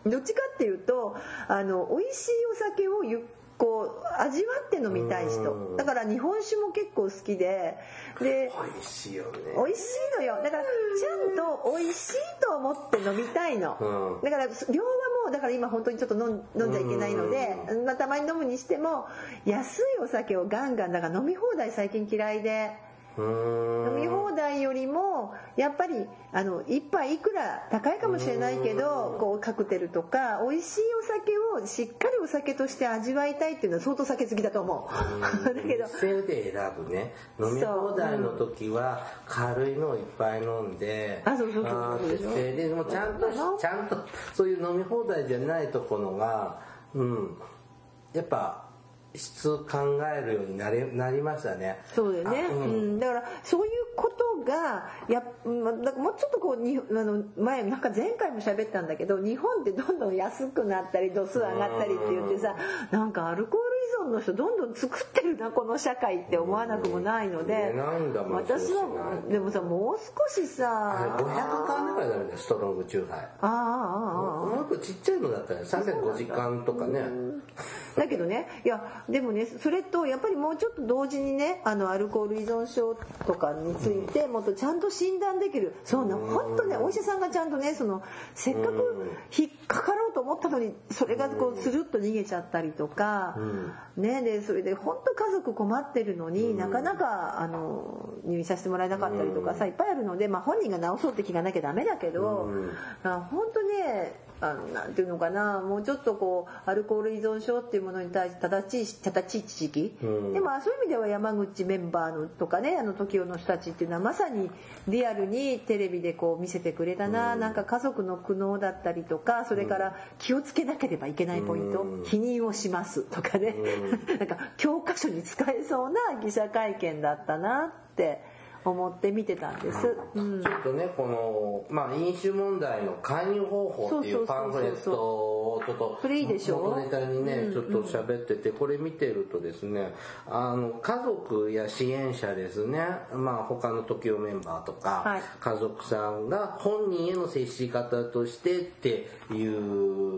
どっちかっていうとあの美味しいお酒をゆこう味わって飲みたい人だから日本酒も結構好きでで美味しいよね。 美味しいのよ。だからちゃんと美味しいと思って飲みたいの、うん、だから量はもうだから今本当にちょっと 飲, 飲んじゃいけないので、まあ、たまに飲むにしても安いお酒をガンガンだから飲み放題最近嫌いで飲み放題よりもやっぱりあの一杯いくら高いかもしれないけどこうカクテルとか美味しいお酒をしっかりお酒として味わいたいっていうのは相当酒好きだと思うだけどセールで選ぶね飲み放題の時は軽いのをいっぱい飲んであそうそうそうそうでしょでもちゃんとちゃんとそういう飲み放題じゃないところがうんやっぱ質考えるようになれなりましたね。 そうだよね、うんうん、だからそういうことがやだからもうちょっとこうにあの前なんか前回も喋ったんだけど日本ってどんどん安くなったり度数上がったりって言ってさなんかアルコール依存の人どんどん作ってるなこの社会って思わなくもないので私はでもさもう少しさごひゃくかんだからダメだよストロングチューハイああああもっとちっちゃいのだったらさんびゃくごじかんとかねだけどねいやでもねそれとやっぱりもうちょっと同時にねあのアルコール依存症とかについてもっとちゃんと診断できるそうな本当ねお医者さんがちゃんとねそのせっかく引っかかろうと思ったのにそれがこうスルッと逃げちゃったりとかねでそれで本当家族困ってるのになかなかあの入院させてもらえなかったりとかさいっぱいあるのでまあ本人が治そうって気がなきゃダメだけど本当ねあのなんていうのかなもうちょっとこうアルコール依存症っていうものに対して正しい正しい知識、うん、でもそういう意味では山口メンバーのとかねあの トキオ の人たちっていうのはまさにリアルにテレビでこう見せてくれたな、うん、なんか家族の苦悩だったりとかそれから気をつけなければいけないポイント、うん、避妊をしますとかね、うん、なんか教科書に使えそうな記者会見だったなって思って見てたんです、 うん、ちょっとねこの、まあ、飲酒問題の勧誘方法っていうパンフレットをちょっとこれいいでしょ元ネタにね、うんうん、ちょっと喋っててこれ見てるとですねあの家族や支援者ですね、まあ、他の トキオ メンバーとか、はい、家族さんが本人への接し方としてっていう、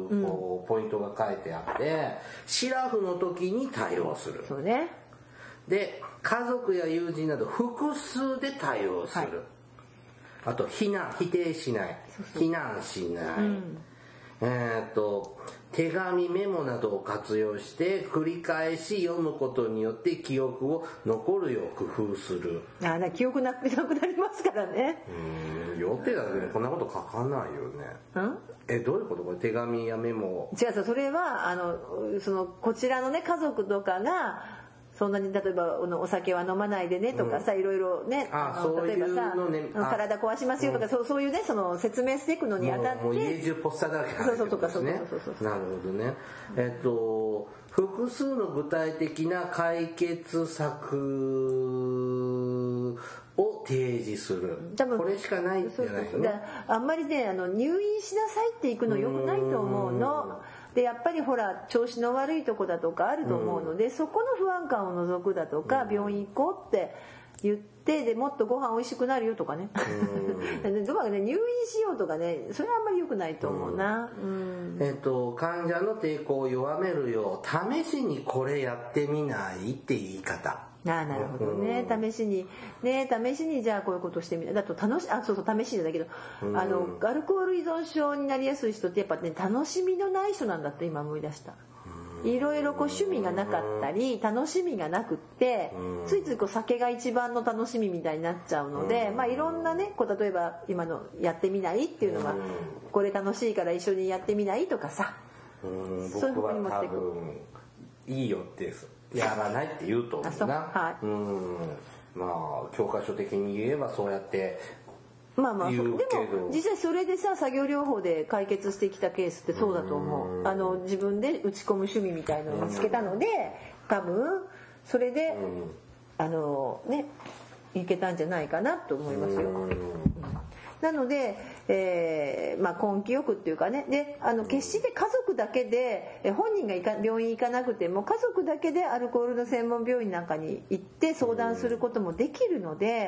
うん、こうポイントが書いてあってシラフの時に対応するそうねで家族や友人など複数で対応する、はい、あと非難否定しない非難しない、うん、えー、と手紙メモなどを活用して繰り返し読むことによって記憶を残るよう工夫するあだ記憶なくなくなりますからねうん予定だけどこんなこと書かないよねんえどういうことこれ手紙やメモ違うそれはあのそのこちらのね家族とかがそんなに例えばお酒は飲まないでねとかさ、うん、いろいろねああ例えばさ、 ね、体壊しますよとか、うん、そうそういうねその説明していくのにあたってもう家中ポスターだらけなんですねなるほどねえっと複数の具体的な解決策を提示するこれしかないんじゃないのねあんまりねあの入院しなさいっていくのよくないと思うのでやっぱりほら調子の悪いとこだとかあると思うので、うん、そこの不安感を除くだとか、うん、病院行こうって言ってでもっとご飯美味しくなるよとかね、うん、どうかね入院しようとかねそれはあんまり良くないと思うな、うんうん、えっと患者の抵抗を弱めるよう試しにこれやってみないって言い方ああなるほどね、うん、試しにね試しにじゃあこういうことしてみるだと楽しあそうそう試しにだけど、うん、あのアルコール依存症になりやすい人ってやっぱね楽しみのない人なんだって今思い出したいろいろこう趣味がなかったり楽しみがなくってついついこう酒が一番の楽しみみたいになっちゃうのでまあいろんなねこう例えば今のやってみないっていうのがこれ楽しいから一緒にやってみないとかさうんそういうふうに持っていくいいよってやらないって言うと思うなはい、 うんまあ教科書的に言えばそうやってまあまあでも実際それでさ作業療法で解決してきたケースってそうだと思うあの自分で打ち込む趣味みたいなのを見つけたので多分それであのねいけたんじゃないかなと思いますよなので、えーまあ、根気よくっていうかねであの決して家族だけで本人がいか病院行かなくても家族だけでアルコールの専門病院なんかに行って相談することもできるので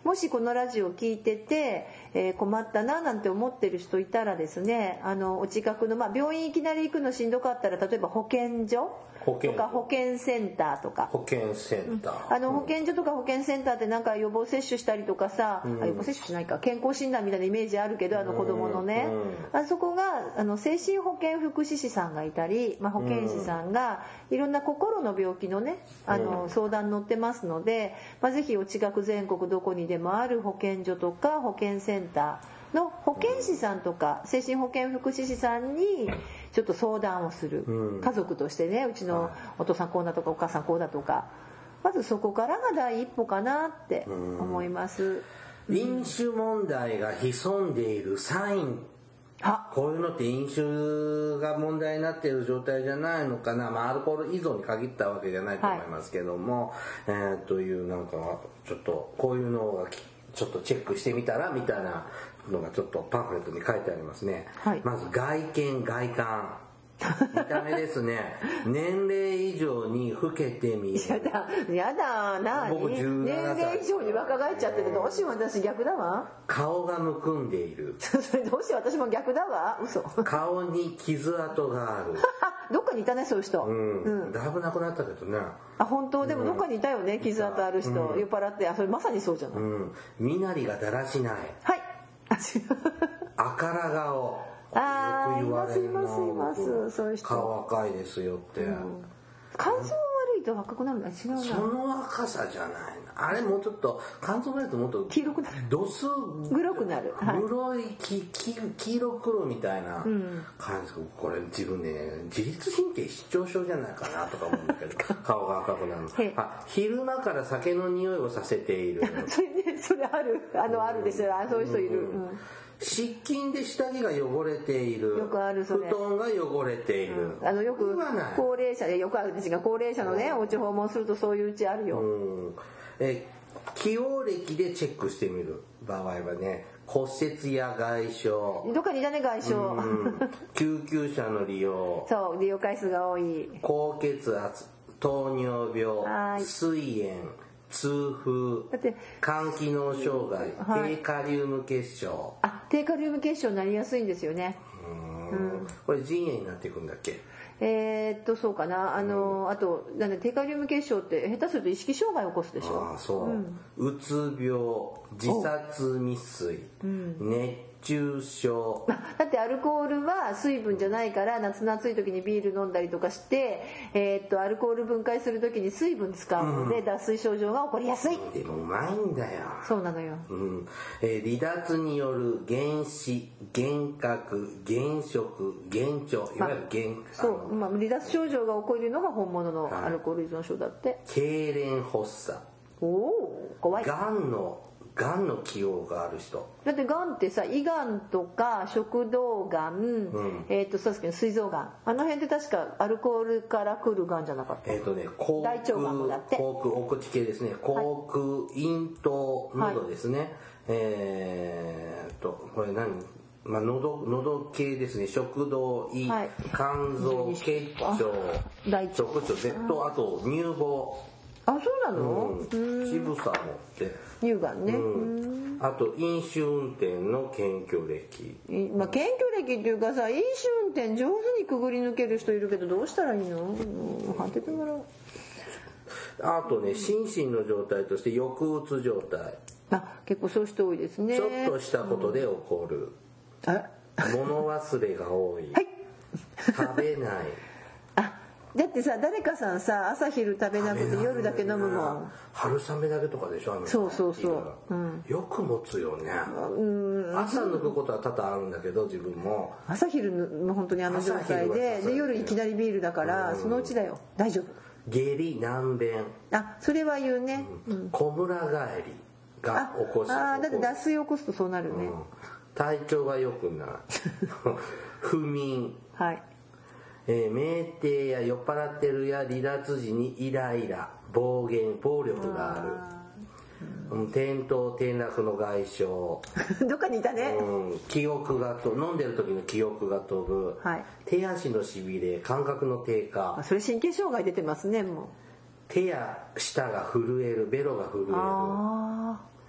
もしこのラジオを聞いてて、えー、困ったななんて思ってる人いたらですね、あのお近くの、まあ、病院いきなり行くのしんどかったら例えば保健所とか保健センターとか保健センター、 あの保健所とか保健センターってなんか予防接種したりとかさ、うん、あ予防接種しないか健康診断みたいなイメージあるけど、あの子供のね、うん、あそこがあの精神保健福祉士さんがいたり、まあ、保健師さんがいろんな心の病気のねあの相談乗ってますので、まあ、ぜひお近く全国どこにでもある保健所とか保健センターの保健師さんとか精神保健福祉士さんにちょっと相談をする、うん、家族としてね、うちのお父さんこうだとかお母さんこうだとか、まずそこからが第一歩かなって思います。 うん、飲酒問題が潜んでいるサイン、こういうのって飲酒が問題になっている状態じゃないのかな、まあ、アルコール依存に限ったわけじゃないと思いますけども、はい、えー、というなんかちょっとこういうのがちょっとチェックしてみたらみたいなのがちょっとパンフレットに書いてありますね。はい、まず外見外観見た目ですね。年齢以上に老けて見える。 やだやだなに年齢以上に若返っちゃっててどうしよう、私逆だわ。 顔がむくんでいる。 それどうしよう、私も逆だわ。嘘。 顔に傷跡がある。 どっかにいたねそういう人。 うん、うん、だいぶなくなったけどね。 あ本当、でもどっかにいたよね、傷跡ある人、うん、酔っ払って。あそれまさにそうじゃない。うん、 身なりがだらしない。 はい。 あから顔。 ああ、いますいますいます、そういう人。 顔赤いですよって。うん、 肝臓悪いと赤くなるのは違うな。 その赤さじゃないな。あれもうちょっと肝臓悪いともっと黄色くなる。 度数黒くなる。 黒い黄黄色黒みたいな感じですけど、これ自分ね自律神経失調症じゃないかなとか思うんだけど顔が赤くなるの。あ、昼間から酒の匂いをさせている。 それね、それあるあのあるですよ。そういう人いる。うん、 湿菌で下着が汚れている。 よくあるそれ。 布団が汚れている。 うん、あのよく高齢者でよくあるんですが、高齢者のね、お家訪問するとそういううちあるよ。うん、 え起用歴でチェックしてみる場合はね、骨折や外傷。 どっかにいたね外傷。うん、 救急車の利用。 そう利用回数が多い。 高血圧、糖尿病、膵炎。痛風、肝機能障害、はい、低カリウム結晶。 あ、低カリウム結晶になりやすいんですよね。 うん、これ腎炎になっていくんだっけ？ えー、っとそうかな、あの、うん、あとなんで低カリウム結晶って下手すると意識障害を起こすでしょ。 ああそう、うん、うつ病、自殺未遂、うん、熱中症。 だってアルコールは水分じゃないから、夏の暑い時にビール飲んだりとかして、えー、っとアルコール分解する時に水分使うので、うん、脱水症状が起こりやすい。 でもうまいんだよ。 そうなのよ。 うん、えー、離脱による減死、減核、減食、減腸、いわゆる減、 まあ、そう、まあ、離脱症状が起こるのが本物のアルコール依存症だって。 痙攣発作。 おお、怖い。 がんのがんの既往がある人。 だってがんってさ、胃がんとか食道がん、うん、えっ、ー、とそうですけど膵臓がん、あの辺って確かアルコールから来るがんじゃなかった。 えっ、ー、とね、口腔、大腸がんもだって。口腔、お口系ですね。口腔、はい、咽頭、喉ですね。はい、えっ、ー、とこれ何？まあ、喉喉系ですね。食道、胃、はい、肝臓、結腸、大腸、直腸、絶とあと乳房。 あ、そうなの？ うん、渋さもって乳がんね、 うん、あと飲酒運転の検挙歴。 まあ、検挙歴っていうかさ、飲酒運転上手にくぐり抜ける人いるけどどうしたらいいの？うん、当ててもらおう。 あとね、心身の状態として抑うつ状態。 あ、結構そういう人多いですね。 ちょっとしたことで起こる、うん、あ物忘れが多い、はい、食べない。 あ、だってさ、誰かさんさ、朝昼食べなくて夜だけ飲むもん。 春雨だけとかでしょ、あの。 そうそうそう、うん、 よく持つよね。うん、朝抜くことは多々あるんだけど、自分も朝昼の本当にあの状態で、で夜いきなりビールだから、うん、そのうちだよ、大丈夫。 下痢難便。 あ、それは言うね。 こむら返りが起こす。 ああ、だって脱水を起こすとそうなるね。うん、 体調が良くない。不眠。はい。えー、酩酊や酔っ払ってるや離脱時にイライラ、暴言、暴力がある。うん、転倒転落の外傷。 どっかにいたね。 うん、記憶がと飲んでる時の記憶が飛ぶ。はい、手足のしびれ、感覚の低下。 それ神経障害出てますね、もう。 手や舌が震える、ベロが震える。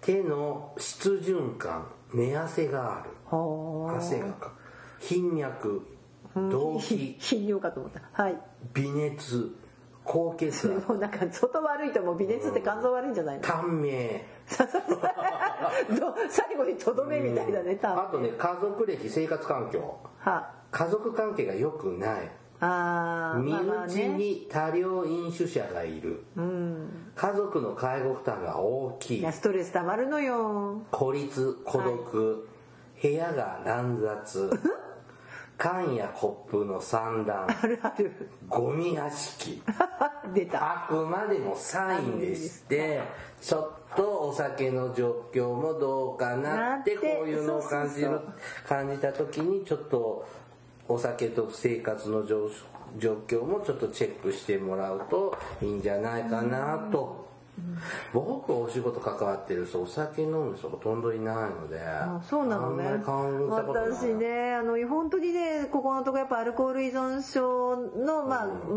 手の湿循環、寝汗がある、汗がか頻脈、動悸、 頻尿かと思った。はい。 微熱、高血圧。 もうなんか外悪いともう微熱って肝臓悪いんじゃないの？ 短命。 最後にとどめみたいだね。 あとね、家族歴、生活環境。は家族関係が良くない。あ身内に多量飲酒者がいる、うん、家族の介護負担が大きい。 いやストレスたまるのよ。 孤立、孤独、はい、部屋が乱雑缶やコップの散乱、 あるある、 ゴミ屋敷出た。 あくまでもサインでして、ちょっとお酒の状況もどうかなってこういうのを感じる、そうそうそう感じた時にちょっとお酒と生活の状況もちょっとチェックしてもらうといいんじゃないかなと。僕お仕事関わってる人お酒飲む人ほとんどいないので。 あ、そうなのね。 あんまり感じたことない。 私ね、あの本当にね、ここのとこやっぱアルコール依存症のまあ、うん、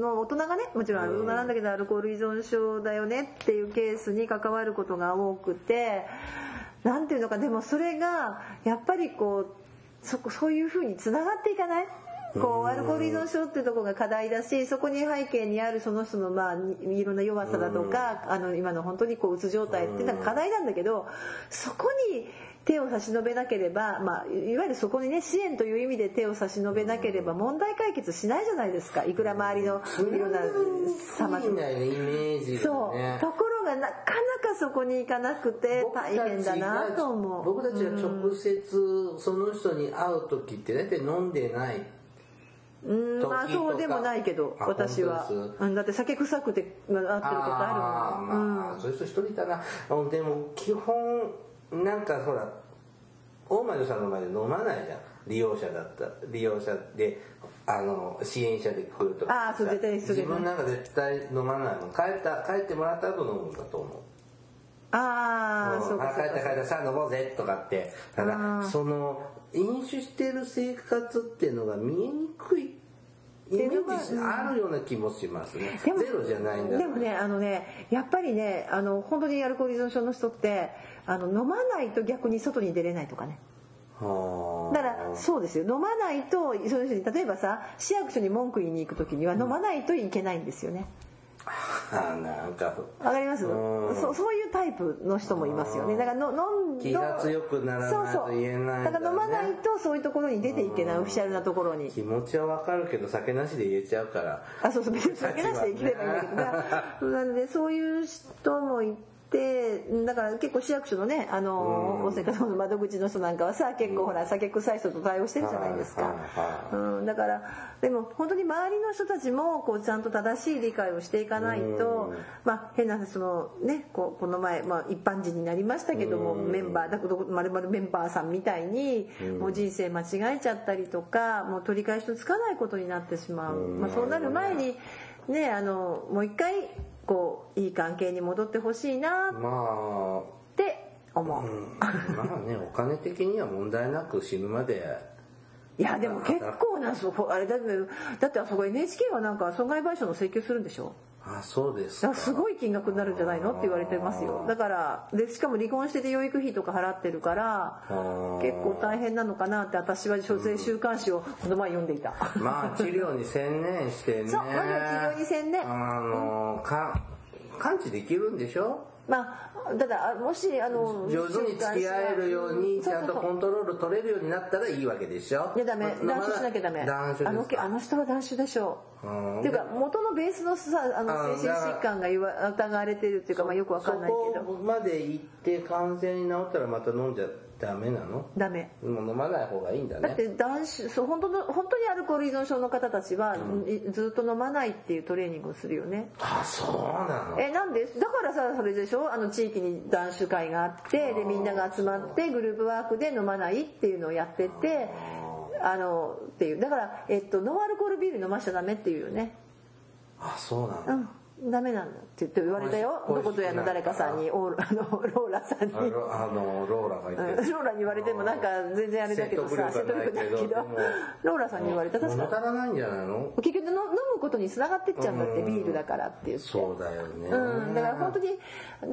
の大人がね、もちろん大人なんだけどアルコール依存症だよねっていうケースに関わることが多くて、なんていうのか、でもそれがやっぱりこうそこそういう風につながっていかない。こうアルコール依存症っていうところが課題だし、そこに背景にあるその人のまあいろんな弱さだとか、あの今の本当にこううつ状態っていうのが課題なんだけど、そこに手を差し伸べなければ、まあ、いわゆるそこにね支援という意味で手を差し伸べなければ問題解決しないじゃないですか。いくら周りのいろんな様々なイメージ、ね、そうところがなかなかそこに行かなくて大変だなと思う。 僕たちが直接その人に会う時って大体飲んでない。 うん、まあそうでもないけど私はだって酒臭くてなってることあるもん。まあ、うん、そういう人一人いたな。でも基本なんかほら大魔女さんの前で飲まないじゃん。利用者だった利用者であの支援者で来るとか、 あ、そう絶対それ自分なんか絶対飲まないもん。帰った帰ってもらった後飲むんだと思う。 ああ、うん、そうかそうか。 帰った帰ったさあ飲もうぜとかって。ただその飲酒してる生活っていうのが見えにくいイメージあるような気もしますね。ゼロじゃないんだ。 でもね、あのね、やっぱりね、あの本当にアルコール依存症の人ってあの飲まないと逆に外に出れないとかね。だからそうですよ、飲まないとそういうふうに例えばさ市役所に文句言いに行く時には飲まないといけないんですよね。 あ、なんかわかります。そ, そういうタイプの人もいますよね。だからの飲ん気が強くならないと言えないんだ、ね、 だから飲まないとそういうところに出ていけない、オフィシャルなところに。 気持ちはわかるけど酒なしで言えちゃうから。 あ、そうそう、別に酒なしで生きればいいんだけど、なのでそういう人もいて。でだから結構市役所のねあのお生活の窓口の人なんかはさ結構ほら酒臭い人と対応してるじゃないですか、うん、だからでも本当に周りの人たちもこうちゃんと正しい理解をしていかないと、まあ変なそのねこうこの前、まあ、一般人になりましたけどもメンバーだけどまるまるメンバーさんみたいにもう人生間違えちゃったりとかもう取り返しのつかないことになってしまう、まあ、そうなる前にねあのもう一回こういい関係に戻ってほしいなって思う、まあうん、 まあねお金的には問題なく死ぬまでいやでも結構なあれだってだってあそこ エヌエイチケー はなんか損害賠償の請求するんでしょ。 あ、そうですか。 すごい金額になるんじゃないのって言われてますよ。だからでしかも離婚してて養育費とか払ってるから結構大変なのかなって私は書生週刊誌をこの前読んでいた。 まあ治療に専念してね。 そう、まずは治療に専念。 あのか完治できるんでしょ。 まあ、ただもしあの上手に付き合えるようにちゃんとコントロール取れるようになったらいいわけでしょ。 いやダメ、断酒しなきゃダメ。 断酒ですか。 あのあの人は断酒でしょう。っていうか元のベースのさあの精神疾患が言わ疑われてるっていうかまあよくわかんないけど。 そこまで行って完全に治ったらまた飲んじゃダメなの？ ダメ。 もう飲まない方がいいんだね。 だって断酒そう本当の本当にアルコール依存症の方たちは、うん、ずっと飲まないっていうトレーニングをするよね。 あ、そうなの。 えなんでだからさそれでしょあの地域に断酒会があってでみんなが集まってグループワークで飲まないっていうのをやっててあのっていうだからえっとノンアルコールビール飲ましちゃダメっていうよね。 あ、そうなんだ。 うんダメなんだって言って言われたよ。どことやの誰かさんにオーあのローラさんにあのローラが言ってローラに言われてもなんか全然あれだけどさ説得力ないけどローラさんに言われた。 確か物足らないんじゃないの。 結局の飲むことに繋がってっちゃうんだってビールだからって言って。 そうだよね。 うんだから本当にだけだけ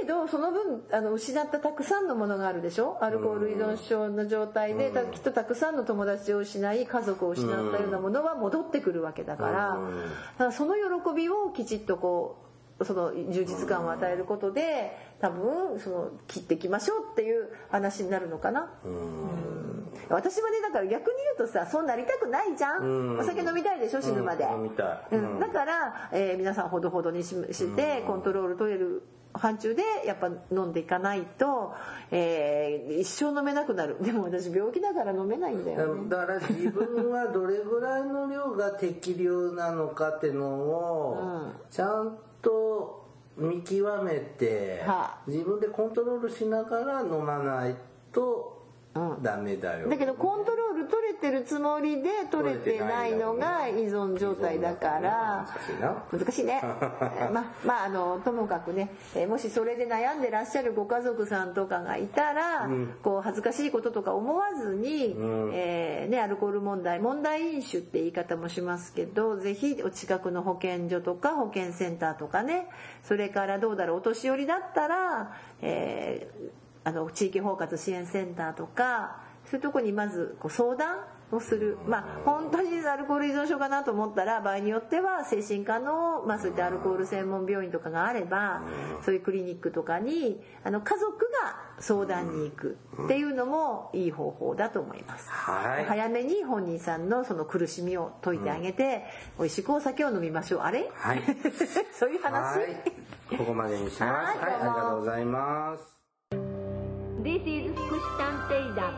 けどその分あの失ったたくさんのものがあるでしょ。アルコール依存症の状態で、きっとたくさんの友達を失い家族を失ったようなものは戻ってくるわけだから、だからその喜びをきちっとこうその充実感を与えることで多分その切っていきましょうっていう話になるのかな。うん、私はねだから逆に言うとさそうなりたくないじゃん。お酒飲みたいでしょ死ぬまで。うん、飲みたい。うん、だから、えー、皆さんほどほどに し, してコントロール取れる範疇でやっぱ飲んでいかないと、えー、一生飲めなくなる。でも私病気だから飲めないんだよね。 だから自分はどれぐらいの量が適量なのかっていうのをちゃんと見極めて、はあ、自分でコントロールしながら飲まないとダメだよ、 うん、だけどコントロール取れてるつもりで取れてないのが依存状態だから難しいな難しいねままああのともかくね、えー、もしそれで悩んでらっしゃるご家族さんとかがいたら、うん、こう恥ずかしいこととか思わずに、うんえーね、アルコール問題問題飲酒って言い方もしますけどぜひお近くの保健所とか保健センターとかねそれからどうだろうお年寄りだったら、えーあの地域包括支援センターとかそういうとこにまずこう相談をする。まあ本当にアルコール依存症かなと思ったら場合によっては精神科の、まあ、そういったアルコール専門病院とかがあればそういうクリニックとかにあの家族が相談に行くっていうのもいい方法だと思います。はい、早めに本人さんのその苦しみを解いてあげて、うん、美味しくお酒を飲みましょう。あれ、はい、そういう話、はい、 ここまでにします。はい、はい、ありがとうございます。 This is 福祉探偵団。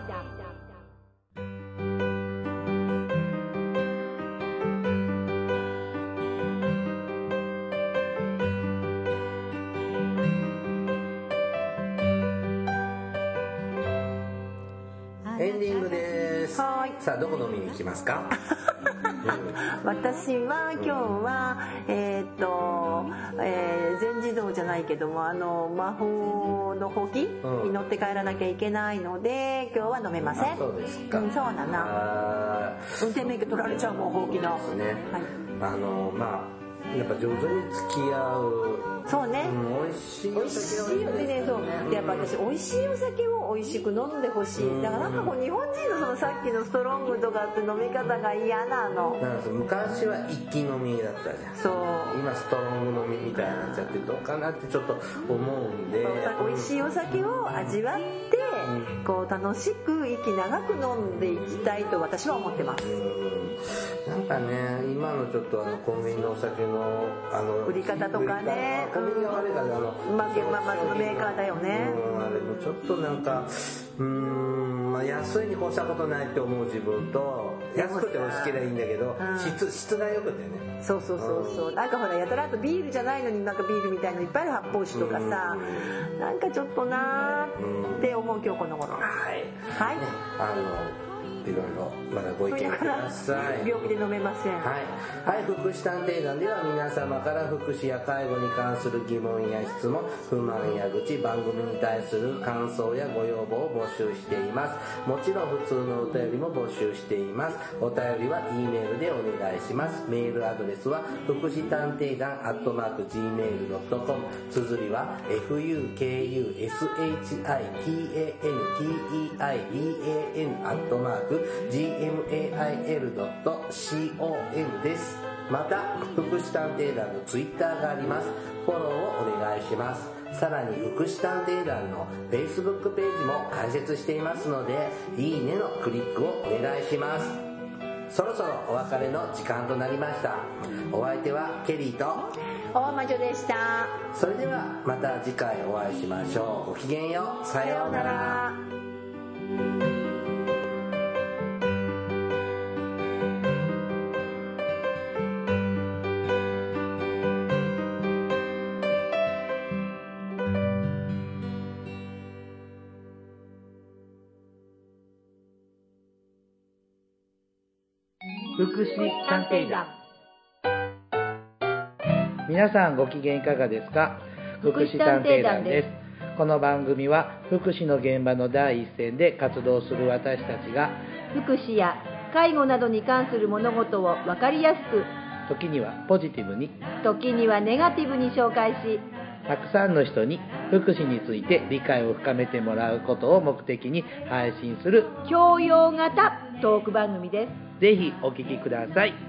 エンディングです。はい。さあどこ飲みに行きますか？ 私は今日はえー、っと、えー、全自動じゃないけどもあの魔法のほうきに乗って帰らなきゃいけないので今日は飲めません。 あ、そうですか。 うん、そうだな。運転免許取られちゃうもんほうきの。 そうですね。はい。あのまあ。やっぱ上手に付き合うそうね、 うん、美味しいお酒をねねそうでやっぱ私美味しいお酒を美味しく飲んでほしい。だからなんかこう日本人のそのさっきのストロングとかって飲み方が嫌なの。 なんか昔は一気飲みだったじゃん。そう今ストロング飲みみたいになっちゃってどうかなってちょっと思うんで美味しいお酒を味わってこう楽しく息長く飲んでいきたいと私は思ってます。 なんかね今のちょっとあのコンビニのお酒のあの売り方とかねコンビニはあれだねあのまあまずのメーカーだよね。 うんあれもちょっとなんかうーん、まあ、安いに越したことないって思う自分と安くて美味しければいいんだけど、うん、質質が良くてねそうそうそうそう、うん、なんかほらやたらとビールじゃないのになんかビールみたいのいっぱいある発泡酒とかさ、うん、なんかちょっとなーって思う今日この頃。はいはい、ね、あのいろいろまだご意見ください。 病気で飲めません。 はい、はい、福祉探偵団では皆様から福祉や介護に関する疑問や質問、不満や愚痴、番組に対する感想やご要望を募集しています。もちろん普通のお便りも募集しています。お便りは E メールでお願いします。メールアドレスは福祉探偵団アットマーク ジーメールドットコム、 綴りは エフユーケーユーエスエイチアイティーエーエヌティーイーアイディーエーエヌ アットマークジーエムエーアイエルドットコム です。また福祉探偵団のツイッターがあります。フォローをお願いします。さらに福祉探偵団の Facebook ページも開設していますのでいいねのクリックをお願いします。そろそろお別れの時間となりました。お相手はケリーと大魔女でした。 それではまた次回お会いしましょう。ごきげんよう。さようなら。 福祉探偵団。皆さんご機嫌いかがですか？福祉探偵団です。この番組は福祉の現場の第一線で活動する私たちが福祉や介護などに関する物事を分かりやすく、 時にはポジティブに、 時にはネガティブに紹介し、 たくさんの人に福祉について理解を深めてもらうことを目的に配信する教養型トーク番組です。 ぜひお聞きください。